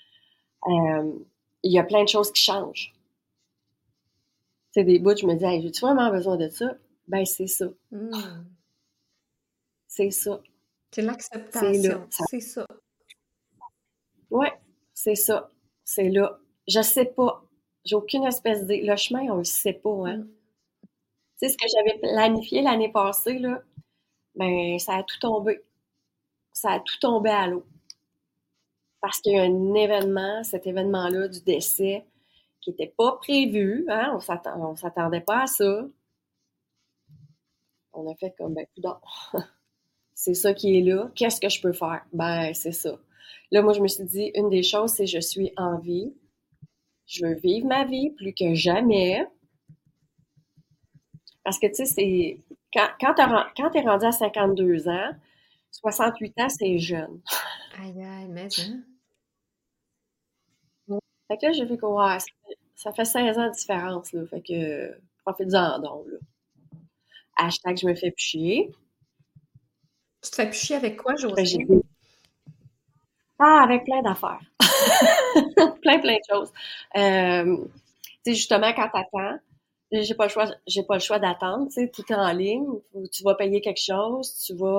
Il y a plein de choses qui changent. Tu sais, des bouts, je me dis, hey, j'ai-tu vraiment besoin de ça? Ben, c'est ça. Mm. C'est ça. C'est C'est là. l'acceptation. C'est ça. Ouais, c'est ça. C'est là. Je sais pas. J'ai aucune espèce d'idée. Le chemin, on le sait pas, hein. Mm. Tu sais, ce que j'avais planifié l'année passée, là, ben, ça a tout tombé. Ça a tout tombé à l'eau. Parce qu'il y a un événement, cet événement-là du décès, qui n'était pas prévu, hein. On s'attendait pas à ça. On a fait comme, ben, coudonc. C'est ça qui est là. Qu'est-ce que je peux faire? Ben, c'est ça. Là, moi, je me suis dit, une des choses, c'est je suis en vie. Je veux vivre ma vie plus que jamais. Parce que, tu sais, c'est quand t'es rendu à 52 ans, 68 ans, c'est jeune. Aïe, aïe, mais hein? Fait que là, j'ai fait quoi? Ouais, ça fait 16 ans de différence, là. Fait que, profite-en donc, là. Hashtag, je me fais plus chier. Tu te fais plus chier avec quoi, Fait que j'ai Josiane? dit, ah, avec plein d'affaires. plein de choses. Tu sais, justement, quand t'attends, j'ai pas le choix d'attendre, tu sais, tout est en ligne, tu vas payer quelque chose,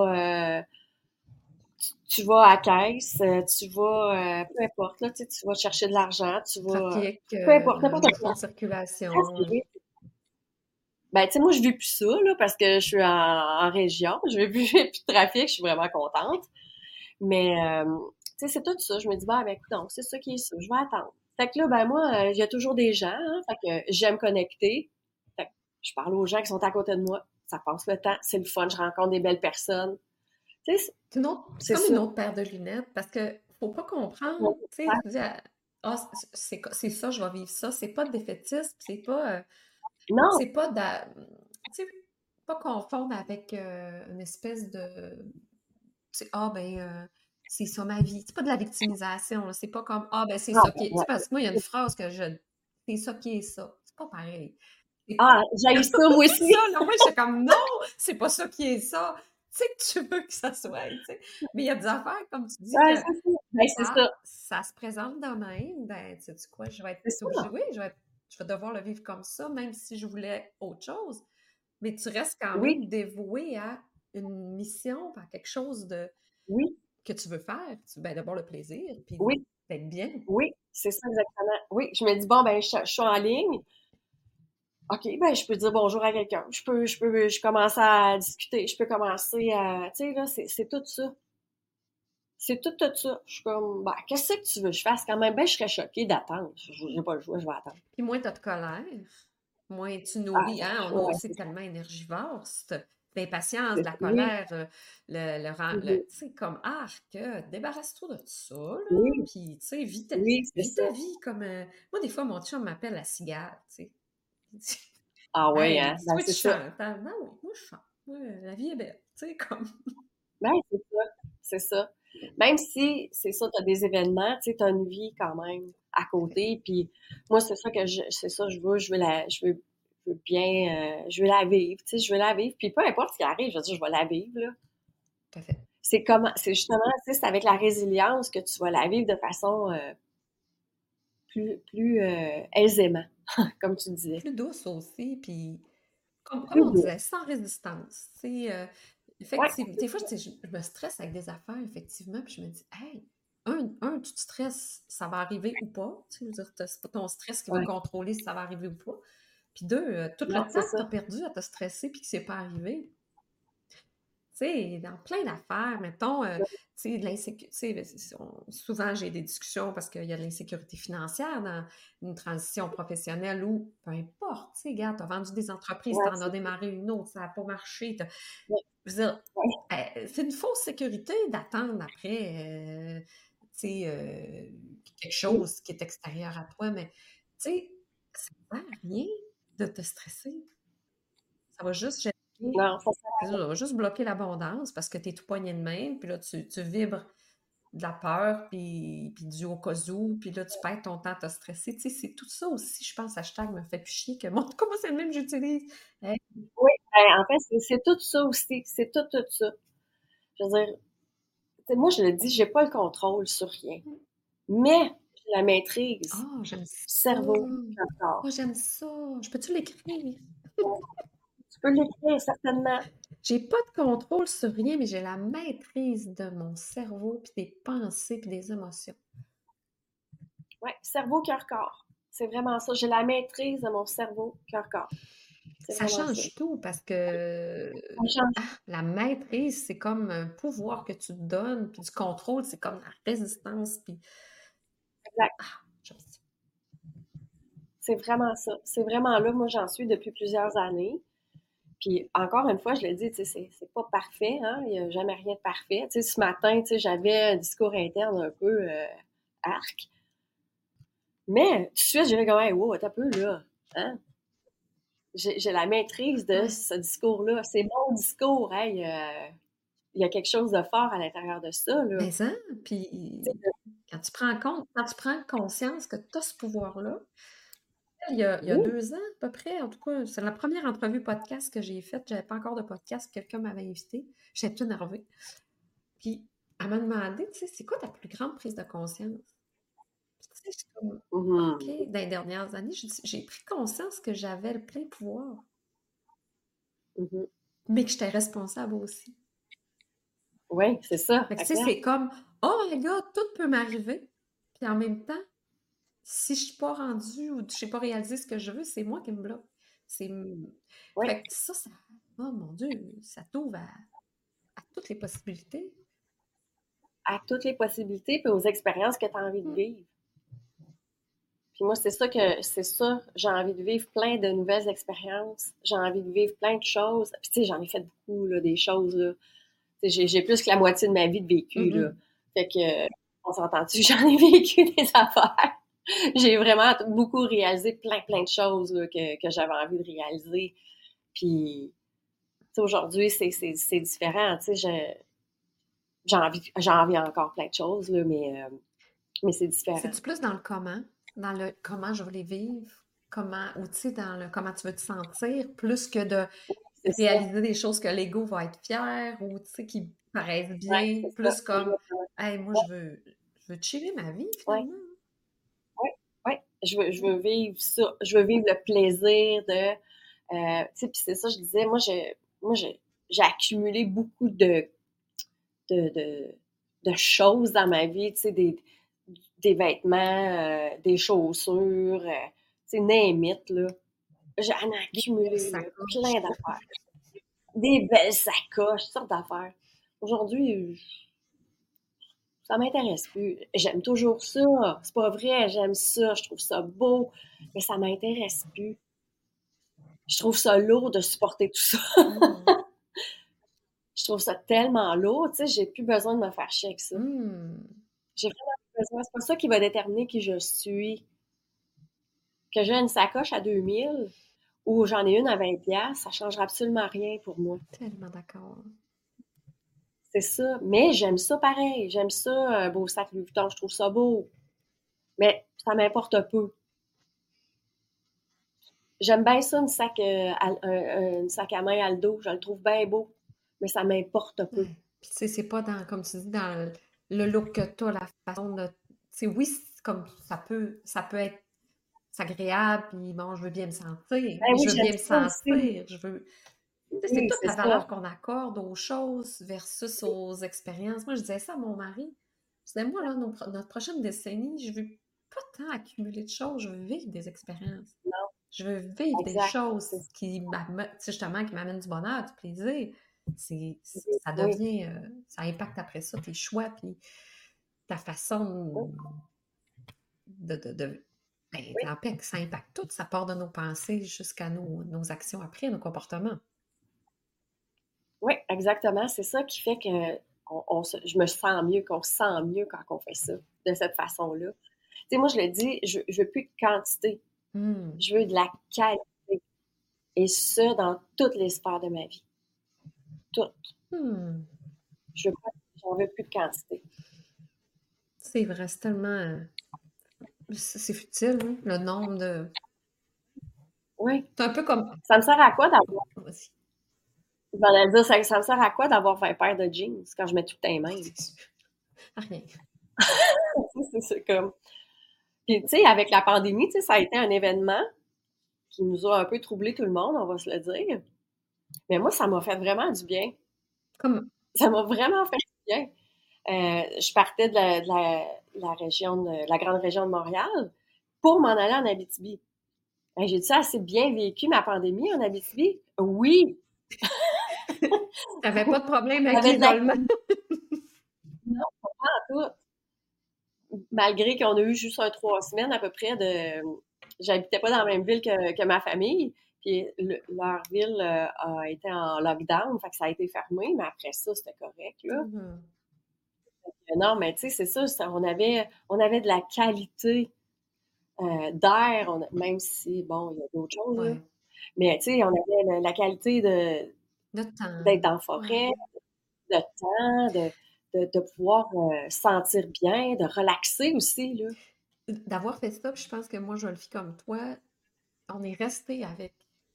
tu vas à la caisse, tu vas, peu importe, là, tu sais, tu vas chercher de l'argent, Trafic, peu importe, n'importe fonds quoi. de circulation. Trafic. Ben, tu sais, moi, je vis plus ça, là, parce que je suis en région, j'ai plus de trafic, je suis vraiment contente. Mais, tu sais, c'est tout ça. Je me dis, ben, écoute, donc, c'est ça qui est ça, je vais attendre. Fait que là, ben, moi, il y a toujours des gens, hein, fait que j'aime connecter. Fait que je parle aux gens qui sont à côté de moi. Ça passe le temps, c'est le fun, je rencontre des belles personnes. Tu sais, C'est c'est comme une ça. autre paire de lunettes parce que faut pas comprendre, Ouais. tu sais, tu dis, ah, c'est ça, je vais vivre ça. C'est pas de défaitisme, Non, c'est pas tu sais, pas confondre avec une espèce de, tu sais, ah, ben, c'est ça ma vie. C'est pas de la victimisation, là. C'est pas comme, ah, ben, c'est non, ça qui est. Tu sais, parce que moi, il y a une phrase c'est ça qui est ça. C'est pas pareil. ah, j'ai ça, moi C'est aussi. ça, là, moi, j'étais comme, non, c'est pas ça qui est ça. Tu sais que tu veux que ça soit, tu sais. Mais il y a des affaires, comme tu dis, Ouais, que c'est ça. Ben, c'est ça. ça se présente de même, ben, tu sais quoi, je vais être C'est ça. obligée, oui, je vais devoir le vivre comme ça, même si je voulais autre chose. Mais tu restes quand Oui, même dévoué à une mission, à quelque chose oui, que tu veux faire. Ben, d'abord le plaisir, puis oui, d'être bien. oui, c'est ça exactement. Oui, je me dis, bon, ben, je suis en ligne. OK, ben, je peux dire bonjour à quelqu'un. Je commence à discuter. Je peux commencer à, tu sais, là, c'est tout ça. C'est tout ça. Je suis comme, ben, qu'est-ce que tu veux que je fasse quand même? Ben, je serais choquée d'attendre. J'ai pas le choix, je vais attendre. Puis moins t'as de colère, moins tu Ah, nourris, hein, on ouais, est tellement énergivore. l'impatience, de la Oui. colère, Mhm. tu sais, comme arc, débarrasse-toi de ça, là, Oui, puis tu sais, oui, c'est vis ça. ta vie comme... Moi, des fois, mon chum m'appelle la cigale, tu sais. Il dit, Ah oui, hey, hein? Ben, toi, tu c'est ça. chantes, hein? Non, oui, moi, je chante. Moi, la vie est belle, tu sais, comme... Ben, c'est ça. C'est ça. Même si, c'est ça, t'as des événements, tu sais, t'as une vie quand même à côté. Puis moi, c'est ça que c'est ça, je veux bien, je veux la vivre, tu sais, je veux la vivre. Puis peu importe ce qui arrive, je veux dire, je vais la vivre, là. Tout à fait. C'est justement, tu sais, c'est avec la résilience que tu vas la vivre de façon plus aisément, comme tu disais. Plus douce aussi, puis comme Plus on disait, douce. sans résistance. Tu sais, Ouais, effectivement, des fois, tu sais, je me stresse avec des affaires, effectivement, puis je me dis, hey, tu te stresses, ça va arriver ou pas. Tu sais, je veux dire, c'est pas ton stress qui va ouais, contrôler si ça va arriver ou pas. Puis deux, tout le non, temps c'est que tu as ça. perdu à te stresser puis que c'est pas arrivé, tu sais, dans plein d'affaires, mettons, tu sais, de l'insécurité, souvent j'ai des discussions parce qu'il y a de l'insécurité financière dans une transition professionnelle ou peu importe, tu sais, regarde, tu as vendu des entreprises, tu Ouais, en as c'est ça. démarré une autre, ça n'a pas marché. Ouais, Je veux dire, ouais, c'est une fausse sécurité d'attendre après, tu sais, quelque oui. chose qui est extérieur à toi, mais tu sais, ça ne sert à rien de te stresser. Ça va juste générer Non, ça c'est ça, ça va juste bloquer l'abondance parce que tu es tout poigné de main, puis là, tu vibres de la peur, puis du au cas où, puis là, tu perds ton temps à te stresser. Tu sais, c'est tout ça aussi, je pense, hashtag me fait plus chier que moi, comment c'est le même que j'utilise. Hey, oui, ben, en fait, c'est tout ça aussi. C'est tout ça. Je veux dire, tu sais, moi, je le dis, j'ai pas le contrôle sur rien. Mais j'ai la maîtrise. ah, j'aime ça. Cerveau, Oh, corps. j'aime ça. Je peux-tu l'écrire? Tu peux l'écrire, certainement. J'ai pas de contrôle sur rien, mais j'ai la maîtrise de mon cerveau, puis des pensées, puis des émotions. Ouais, cerveau, cœur, corps. C'est vraiment ça. J'ai la maîtrise de mon cerveau, cœur, corps. C'est Ça vraiment ça. change tout parce que Ça change. la maîtrise, c'est comme un pouvoir que tu te donnes, puis du contrôle, c'est comme la résistance, puis Exact. j'aime ça. C'est vraiment ça. C'est vraiment là. Moi, j'en suis depuis plusieurs années. Puis encore une fois, je le dis, tu sais, c'est pas parfait, hein. Il n'y a jamais rien de parfait. Tu sais, ce matin, tu sais, j'avais un discours interne un peu arc. Mais tout de suite, j'ai fait comme, hey, wow, attends un peu, là. Hein? J'ai la maîtrise de Ouais. ce discours-là. C'est mon discours. Hey, il y a quelque chose de fort à l'intérieur de ça, là. Mais ça, Tu puis sais, quand tu prends conscience que tu as ce pouvoir-là, il y a oui, 2 ans à peu près, en tout cas, c'est la première entrevue podcast que j'ai faite. J'avais pas encore de podcast, quelqu'un m'avait invité. J'étais tout énervée. Puis elle m'a demandé, tu sais, c'est quoi ta plus grande prise de conscience? Puis, tu sais, je suis comme, OK, mhm, dans les dernières années, j'ai pris conscience que j'avais le plein pouvoir, mhm. mais que j'étais responsable aussi. Oui, c'est ça, Fait que, tu sais, exact. c'est comme, oh my God, tout peut m'arriver. Puis en même temps, si je suis pas rendue ou je n'ai pas réalisé ce que je veux, c'est moi qui me bloque. C'est... Oui, Fait que ça, oh mon Dieu, ça t'ouvre à toutes les possibilités. à toutes les possibilités puis aux expériences que tu as envie de Mm. vivre. Puis moi, c'est ça, j'ai envie de vivre plein de nouvelles expériences. J'ai envie de vivre plein de choses. Puis tu sais, j'en ai fait beaucoup, là, des choses, là. Tu sais, j'ai plus que la moitié de ma vie de vécu, là. Mhm. Fait que, on s'entend-tu, j'en ai vécu des affaires. J'ai vraiment beaucoup réalisé plein de choses, là, que j'avais envie de réaliser. Puis, tu sais, aujourd'hui, c'est différent, tu sais, j'ai envie encore plein de choses, là, mais c'est différent. C'est-tu plus dans le comment? Dans le comment je veux les vivre? Comment, ou tu sais, dans le comment tu veux te sentir, plus que de C'est ça. réaliser des choses que l'ego va être fier ou, tu sais, qui paraissent Ouais, bien, c'est ça. plus comme, hey, moi, je veux chiller ma vie, Ouais, finalement. ouais, ouais. Je veux vivre ça. Je veux vivre le plaisir de, tu sais, puis c'est ça, je disais, moi, j'ai accumulé beaucoup de, de, de choses dans ma vie, tu sais, des vêtements, des chaussures, tu sais, name it, là. J'en ai Des belles accumulé, là, sacoches. plein d'affaires. Des belles sacoches, toutes sortes d'affaires. Aujourd'hui, ça m'intéresse plus. J'aime toujours ça. C'est pas vrai, j'aime ça, je trouve ça beau, mais ça m'intéresse plus. Je trouve ça lourd de supporter tout ça. Mhm. trouve ça tellement lourd, tu sais, j'ai plus besoin de me faire chier avec ça. J'ai vraiment plus besoin. C'est pas ça qui va déterminer qui je suis. Que j'ai une sacoche à 2000 ou j'en ai une à 20$, ça changera absolument rien pour moi. Tellement d'accord. C'est ça. Mais j'aime ça pareil. J'aime ça, un beau sac Louis Vuitton. Je trouve ça beau. Mais ça m'importe peu. J'aime bien ça, une sac à main Aldo. Je le trouve bien beau. Mais ça m'importe peu. Ouais. Puis tu sais, c'est pas dans, comme tu dis, dans le look que t'as, la façon de. Tu sais, oui, comme ça peut être agréable, puis bon, je veux bien me sentir, Ben mais oui, je veux j'aime bien me ça aussi. sentir, je veux. Tu sais, c'est Oui, toute c'est la ça. valeur qu'on accorde aux choses versus aux expériences. Moi, je disais ça à mon mari. Je disais, moi, là, notre prochaine décennie, je veux pas tant accumuler de choses, je veux vivre des expériences. Non, Je veux vivre des exact. choses qui justement, qui m'amènent du bonheur, du plaisir. Ça Oui. devient, ça impacte après ça tes choix, puis ta Oui. façon de ben, Oui. ça impacte tout. Ça part de nos pensées jusqu'à nos actions après, nos comportements. Oui, exactement. C'est ça qui fait que je me sens mieux, qu'on se sent mieux quand on fait ça, de cette façon-là. Tu sais, moi, je le dis, je veux plus de quantité. Hmm. Je veux de la qualité. Et ça, dans toutes les sphères de ma vie. Toutes. Hmm. J'en veux plus de quantité. C'est vrai, c'est tellement. C'est futile, hein, le nombre de. Oui. C'est un peu comme. Ça me sert à quoi d'avoir. Vas-y. Je m'en allais dire, ça me sert à quoi d'avoir 20 paires de jeans quand je mets tout le temps les mêmes? C'est sûr. Rien. C'est comme. Puis, tu sais, avec la pandémie, tu sais, ça a été un événement qui nous a un peu troublé tout le monde, on va se le dire. Mais moi, ça m'a fait vraiment du bien. Comme. Ça m'a vraiment fait du bien. Je partais de la région de la grande région de Montréal pour m'en aller en Abitibi. Ben, j'ai-tu assez bien vécu ma pandémie en Abitibi? Oui! T'avais pas de problème avec J'avais de la l'isolement. non, pas tout. Malgré qu'on a eu juste 3 semaines à peu près de. J'habitais pas dans la même ville que ma famille. Puis leur ville a été en lockdown, fait que ça a été fermé, mais après ça, c'était correct, là. Mhm. Non, mais tu sais, c'est ça, on avait de la qualité d'air, même si, bon, il y a d'autres choses, là. Ouais. Mais tu sais, on avait la qualité De temps. d'être dans la forêt, Ouais. de temps, de pouvoir se sentir bien, de relaxer aussi, là. D'avoir fait ça, puis je pense que moi, je le vis comme toi. On est resté avec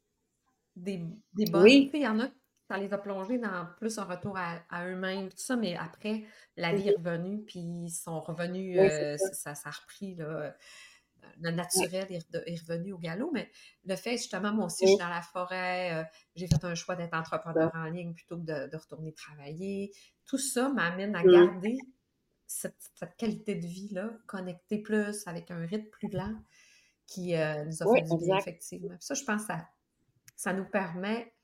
des bonnes. Tu Oui. sais, il y en a, ça les a plongés dans plus un retour à eux-mêmes, tout ça, mais après, la vie est Mhm. revenue, puis ils sont revenus, Oui, c'est ça. ça a repris, là, le Oui, naturel est revenu au galop, mais le fait, justement, moi aussi, je suis oui, dans la forêt, j'ai fait un choix d'être entrepreneur ça. en ligne plutôt que de retourner travailler. Tout ça m'amène à Mhm. garder cette qualité de vie-là, connecter plus avec un rythme plus lent qui nous a Oui, fait du bien, exact. effectivement. Puis ça, je pense que ça nous permet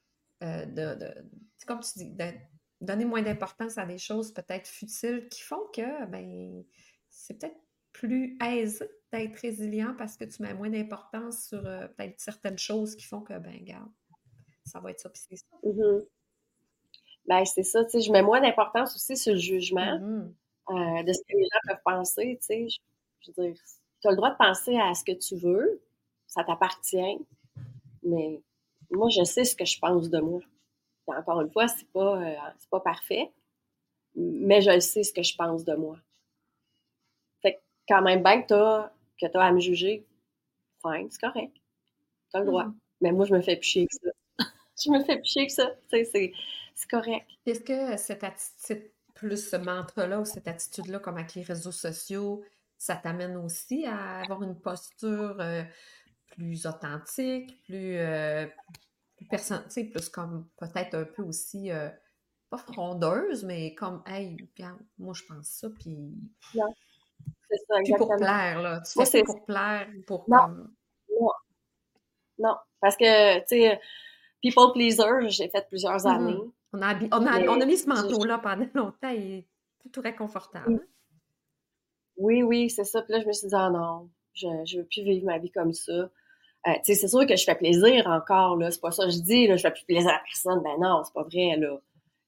comme tu dis, de donner moins d'importance à des choses peut-être futiles qui font que ben, c'est peut-être plus aisé d'être résilient parce que tu mets moins d'importance sur peut-être certaines choses qui font que, ben, garde, ça va être ça, puis c'est ça. Mhm. Ben, c'est ça, tu sais, je mets moins d'importance aussi sur le jugement Mhm. de ce que les gens peuvent penser, tu sais. Je veux dire, tu as le droit de penser à ce que tu veux, ça t'appartient, mais moi, je sais ce que je pense de moi. Et encore une fois, c'est pas parfait, mais je sais ce que je pense de moi. Fait que quand même bien que t'as à me juger, fine, c'est correct, t'as le droit. Mhm. Mais moi, je me fais plus chier que ça. Je me fais plus chier que ça, tu sais, c'est correct. Est-ce que cette attitude, plus ce mantra-là ou cette attitude-là, comme avec les réseaux sociaux, ça t'amène aussi à avoir une posture plus authentique, plus personne, tu sais, plus comme peut-être un peu aussi, pas frondeuse, mais comme, hey, regarde, moi je pense ça, Non, c'est ça, puis pour exactement. plaire, là. Tu Moi, fais plus c'est pour plaire, pour non, comme. non, non. Parce que, tu sais, people pleaser, j'ai fait plusieurs Mhm. années, On a mais mis ce je- manteau-là pendant longtemps et c'est tout réconfortable. oui, oui, c'est ça. Puis là, je me suis dit, ah non, je veux plus vivre ma vie comme ça. Tu sais, c'est sûr que je fais plaisir encore, là. C'est pas ça que je dis, là, je fais plus plaisir à personne. Ben non, c'est pas vrai, là.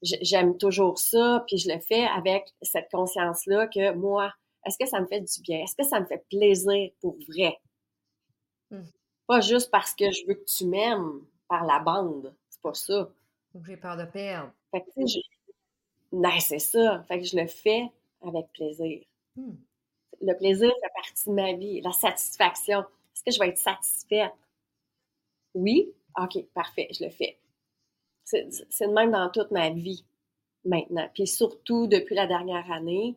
j'aime toujours ça, puis je le fais avec cette conscience-là que moi, est-ce que ça me fait du bien? Est-ce que ça me fait plaisir pour vrai? Hmm. Pas juste parce que je veux que tu m'aimes par la bande. C'est pas ça. Donc, j'ai peur de perdre. Fait que, tu sais, non, c'est ça. Fait que je le fais avec plaisir. Hmm. Le plaisir fait partie de ma vie. La satisfaction. Est-ce que je vais être satisfaite? Oui? OK, parfait, je le fais. C'est de même dans toute ma vie maintenant. Puis surtout depuis la dernière année,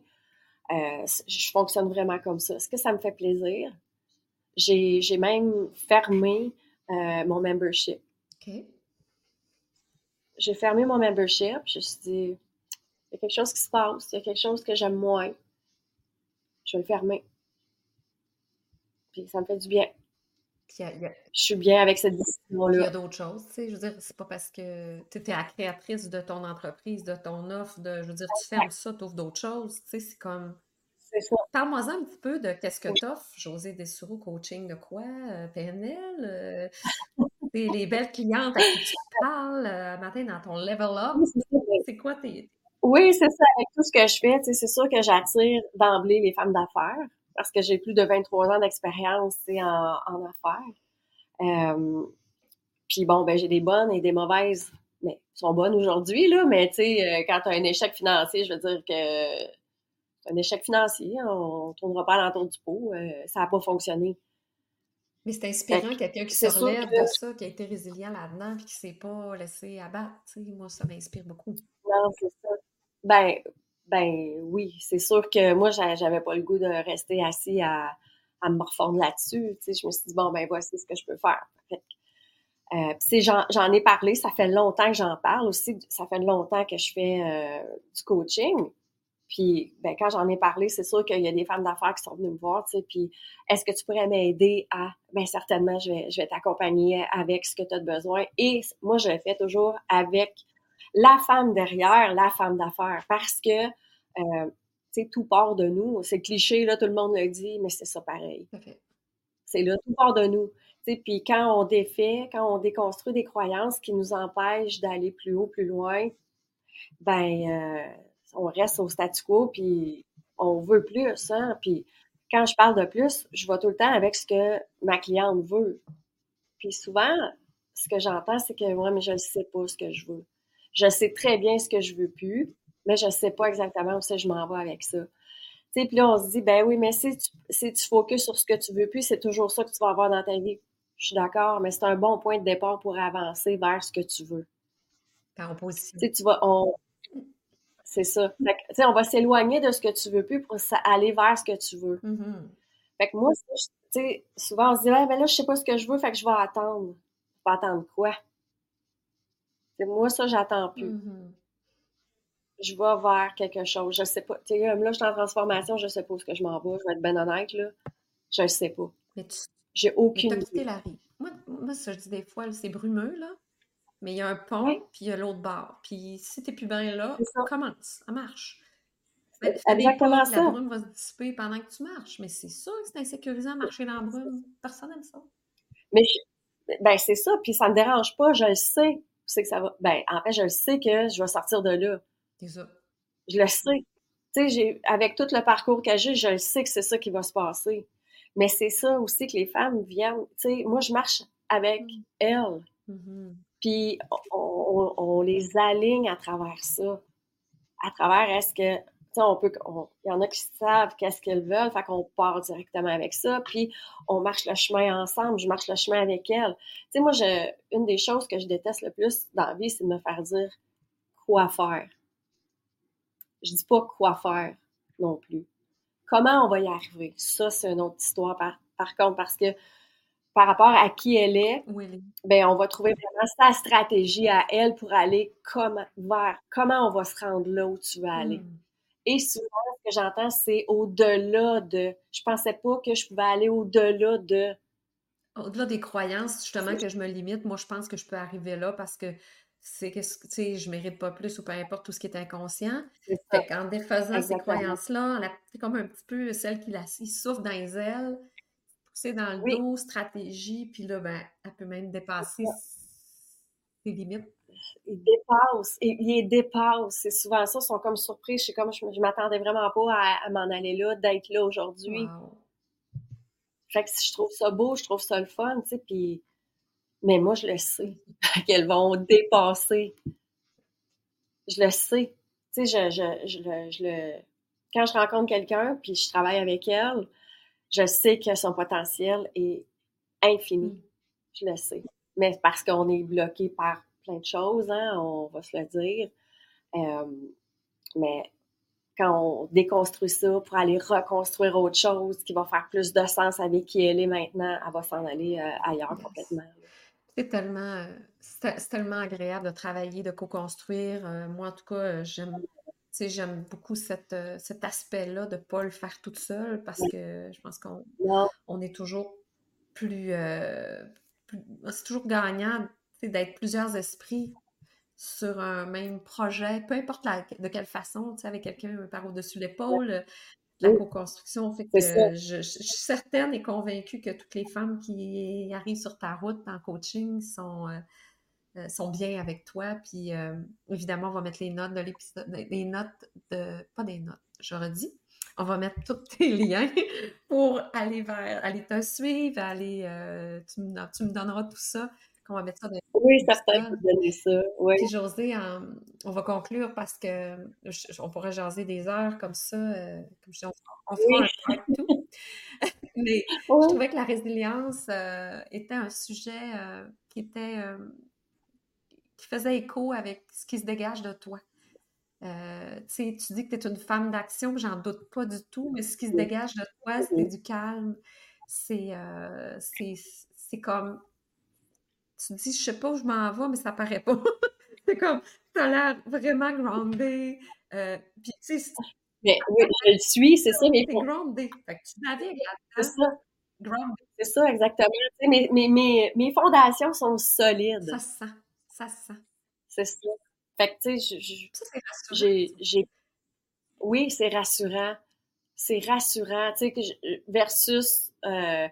je fonctionne vraiment comme ça. Est-ce que ça me fait plaisir? J'ai même fermé mon membership. OK. J'ai fermé mon membership. Je me suis dit, il y a quelque chose qui se passe, il y a quelque chose que j'aime moins. Je vais le fermer. Puis ça me fait du bien. Puis il y a, Je suis bien avec cette puis il y a décision-là. d'autres choses, tu sais. Je veux dire, c'est pas parce que tu es la créatrice de ton entreprise, de ton offre, je veux dire, tu fermes ça, tu ouvres d'autres choses, tu sais, c'est comme. C'est ça. Parle-moi un petit peu de qu'est-ce que t'offres, José Dessureau Coaching de quoi? PNL? Les belles clientes à qui tu parles matin dans ton level up, Oui, c'est ça. c'est quoi tes. Oui, c'est ça. Avec tout ce que je fais, tu sais, c'est sûr que j'attire d'emblée les femmes d'affaires parce que j'ai plus de 23 ans d'expérience, tu sais, en affaires. Euh, Puis bon, ben j'ai des bonnes et des mauvaises, mais elles sont bonnes aujourd'hui, là, mais tu sais, quand tu as un échec financier, je veux dire que c'est un échec financier, hein, on tournera pas à l'entour du pot, ça n'a pas fonctionné. Mais c'est Fait inspirant, que quelqu'un qui se c'est sûr relève que de ça, qui a été résilient là-dedans, puis qui s'est pas laissé abattre. Tu sais, moi, ça m'inspire beaucoup. non, c'est ça. Ben, ben oui, c'est sûr que moi, j'avais pas le goût de rester assis à me morfondre là-dessus. Tu sais, je me suis dit, bon, ben voici ce que je peux faire. Fait puis j'en ai parlé, ça fait longtemps que j'en parle aussi, ça fait longtemps que je fais du coaching. Puis, ben, quand j'en ai parlé, c'est sûr qu'il y a des femmes d'affaires qui sont venues me voir, tu sais, puis est-ce que tu pourrais m'aider à, ben, certainement, je vais t'accompagner avec ce que tu as besoin. Et moi, je le fais toujours avec la femme derrière, la femme d'affaires, parce que, tu sais, tout part de nous. C'est cliché, là, tout le monde le dit, mais c'est ça pareil. Tout à fait. C'est là, tout part de nous. Tu sais, puis quand on défait, quand on déconstruit des croyances qui nous empêchent d'aller plus haut, plus loin, ben, on reste au statu quo, puis on veut plus, hein. Puis quand je parle de plus, je vais tout le temps avec ce que ma cliente veut. Puis souvent, ce que j'entends, c'est que moi, mais je ne sais pas ce que je veux. Je sais très bien ce que je veux plus, mais je ne sais pas exactement où c'est que je m'en vais avec ça. Tu sais, puis là, on se dit, ben oui, mais si tu focuses sur ce que tu veux plus, c'est toujours ça que tu vas avoir dans ta vie. Je suis d'accord, mais c'est un bon point de départ pour avancer vers ce que tu veux. Par opposition. Tu sais, c'est ça. Fait que, tu sais, on va s'éloigner de ce que tu veux plus pour aller vers ce que tu veux. Mhm. Fait que moi, tu sais, souvent on se dit, ouais, ben là, je sais pas ce que je veux, fait que je vais attendre. Je vais attendre quoi? T'sais, moi, ça, j'attends plus. Mhm. Je vais vers quelque chose. Je sais pas. Tu sais, là, je suis en transformation, je sais pas où est-ce que je m'en vais. Je vais être ben honnête, là. Je le sais pas. Mais tu J'ai mais t'as aucune quitté idée. la rive. Moi, ça, je dis des fois, là, c'est brumeux, là, mais il y a un Ouais, pont, puis il y a l'autre bord. Puis si t'es plus bien là, c'est ça. commence, ça marche. C'est Fais des pas, exactement puis la ça. brume va se dissiper pendant que tu marches. Mais c'est sûr que c'est insécurisant marcher dans la brume. Personne n'aime ça. Mais ben, c'est ça. Puis ça me dérange pas. Je le sais. C'est que ça va. Ben, en fait, je le sais que je vais sortir de là. C'est ça. Je le sais. Tu sais, avec tout le parcours que j'ai, je le sais que c'est ça qui va se passer. Mais c'est ça aussi que les femmes viennent. Tu sais, moi, je marche avec Mm. elles. Mhm. Puis on les aligne à travers ça. À travers est-ce que, tu sais, il y en a qui savent qu'est-ce qu'elles veulent, fait qu'on part directement avec ça, puis on marche le chemin ensemble, je marche le chemin avec elles. Tu sais, moi, une des choses que je déteste le plus dans la vie, c'est de me faire dire quoi faire. Je dis pas quoi faire non plus. Comment on va y arriver? Ça, c'est une autre histoire par contre, parce que par rapport à qui elle est, Oui, les. ben on va trouver vraiment sa stratégie à elle pour aller comment on va se rendre là où tu veux aller. Mm. Et souvent, ce que j'entends, c'est au-delà de. Je pensais pas que je pouvais aller au-delà de. Au-delà des croyances, justement, que je me limite, moi, je pense que je peux arriver là parce que c'est que, tu sais, je mérite pas plus ou peu importe tout ce qui est inconscient. C'est ça, Fait qu'en défaisant ces exactement. croyances-là, c'est comme un petit peu celle qui souffle dans les ailes, pousser dans le Oui, dos, stratégie, puis là, ben, elle peut même c'est dépasser ça. ses limites. ils les dépassent. C'est souvent ça, ils sont comme surpris. Je m'attendais vraiment pas à m'en aller là, d'être là aujourd'hui. Wow. Fait que je trouve ça beau, je trouve ça le fun, tu sais, puis... Mais moi, je le sais qu'elles vont dépasser. Je le sais. Tu sais, quand je rencontre quelqu'un, puis je travaille avec elle, je sais que son potentiel est infini. Je le sais. Mais parce qu'on est bloqué par plein de choses, hein, on va se le dire. Mais quand on déconstruit ça pour aller reconstruire autre chose qui va faire plus de sens avec qui elle est maintenant, elle va s'en aller ailleurs complètement. C'est tellement agréable de travailler, de co-construire. Moi, en tout cas, j'aime beaucoup cet aspect-là de ne pas le faire toute seule parce que je pense qu'on est toujours c'est toujours gagnant d'être plusieurs esprits sur un même projet, peu importe de quelle façon, avec quelqu'un par au-dessus de l'épaule, la co-construction. Fait que je suis certaine et convaincue que toutes les femmes qui arrivent sur ta route en coaching sont bien avec toi. Puis évidemment, on va mettre les notes de l'épisode, pas des notes, je redis. On va mettre tous tes liens pour aller te suivre, tu me donneras tout ça, qu'on va mettre ça dans Oui, certain, je vais donner ça. Oui. Puis Josée, on va conclure parce que on pourrait jaser des heures comme ça, comme je dis, on fera un part tout. Mais je trouvais que la résilience était un sujet qui faisait écho avec ce qui se dégage de toi. Tu dis que tu es une femme d'action, j'en doute pas du tout, mais ce qui se dégage de toi, c'est du calme. C'est comme... Tu dis, je sais pas où je m'en vais, mais ça paraît pas. C'est comme, tu as l'air vraiment groundé. Puis, tu sais... Mais oui, je le suis, c'est ça. T'es groundé. Fait que tu navigues là-dedans. C'est ça. Groundé. C'est ça, exactement. Tu sais, mes fondations sont solides. Ça se sent. Ça se sent. C'est ça. Fait que, tu sais, ça, c'est rassurant. Oui, c'est rassurant. C'est rassurant, tu sais, versus 20,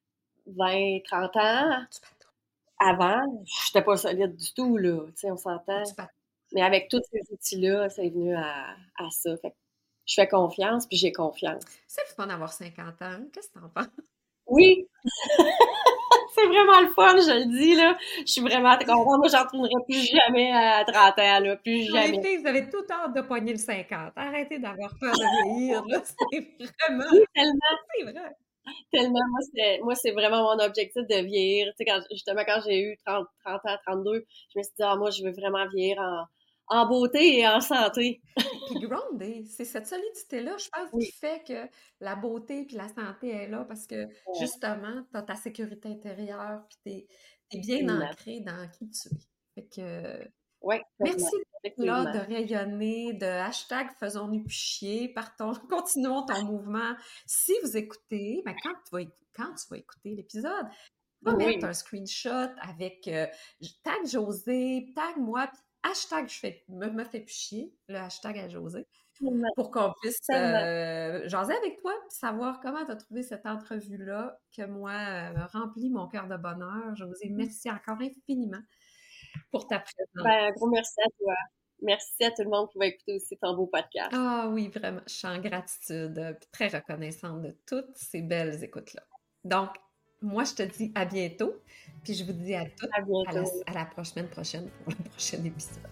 30 ans. Avant, j'étais pas solide du tout, là. Tu sais, on s'entend. Mais avec tous ces outils-là, c'est venu à ça. Fait que je fais confiance, puis j'ai confiance. C'est le fun d'avoir 50 ans. Qu'est-ce que t'en penses? Oui! C'est vraiment le fun, je le dis, là. Je suis vraiment contente. Moi, j'en retournerai plus jamais à 30 ans, là. Plus jamais. Les filles, vous avez tout hâte de pogner le 50. Arrêtez d'avoir peur de vieillir, là. C'est vraiment... Oui, tellement. C'est vrai. Tellement. Moi, c'est vraiment mon objectif de vieillir. Tu sais, quand j'ai eu 30 ans, 32, je me suis dit, moi, je veux vraiment vieillir en beauté et en santé. Puis grounded, c'est cette solidité-là, je pense, qui fait que la beauté puis la santé est là parce que, justement, tu as ta sécurité intérieure puis t'es bien ancré dans qui tu es. Fait que... merci là, de rayonner, de hashtag faisons-nous plus chier, continuons ton mouvement. Si vous écoutez, quand tu vas écouter l'épisode, va mettre un screenshot avec tag Josée, tag moi, puis hashtag me fais plus chier, le hashtag à Josée, pour qu'on puisse jaser avec toi et savoir comment tu as trouvé cette entrevue-là que moi remplit mon cœur de bonheur. Josée, merci encore infiniment pour ta présence. Un gros merci à toi. Merci à tout le monde qui va écouter aussi ton beau podcast. Ah oui, vraiment. Je suis en gratitude, très reconnaissante de toutes ces belles écoutes-là. Donc, moi, je te dis à bientôt, puis je vous dis à toutes à la semaine prochaine pour le prochain épisode.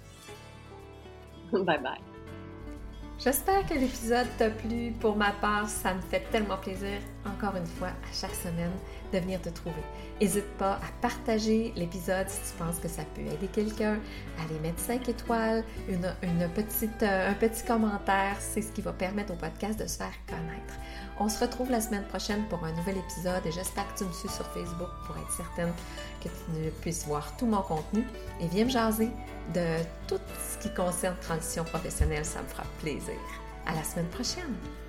Bye bye. J'espère que l'épisode t'a plu. Pour ma part, ça me fait tellement plaisir, encore une fois, à chaque semaine, de venir te trouver. N'hésite pas à partager l'épisode si tu penses que ça peut aider quelqu'un, à aller mettre 5 étoiles, un petit commentaire. C'est ce qui va permettre au podcast de se faire connaître. On se retrouve la semaine prochaine pour un nouvel épisode et j'espère que tu me suis sur Facebook pour être certaine que tu puisses voir tout mon contenu et viens me jaser de tout ce qui concerne transition professionnelle, ça me fera plaisir. À la semaine prochaine!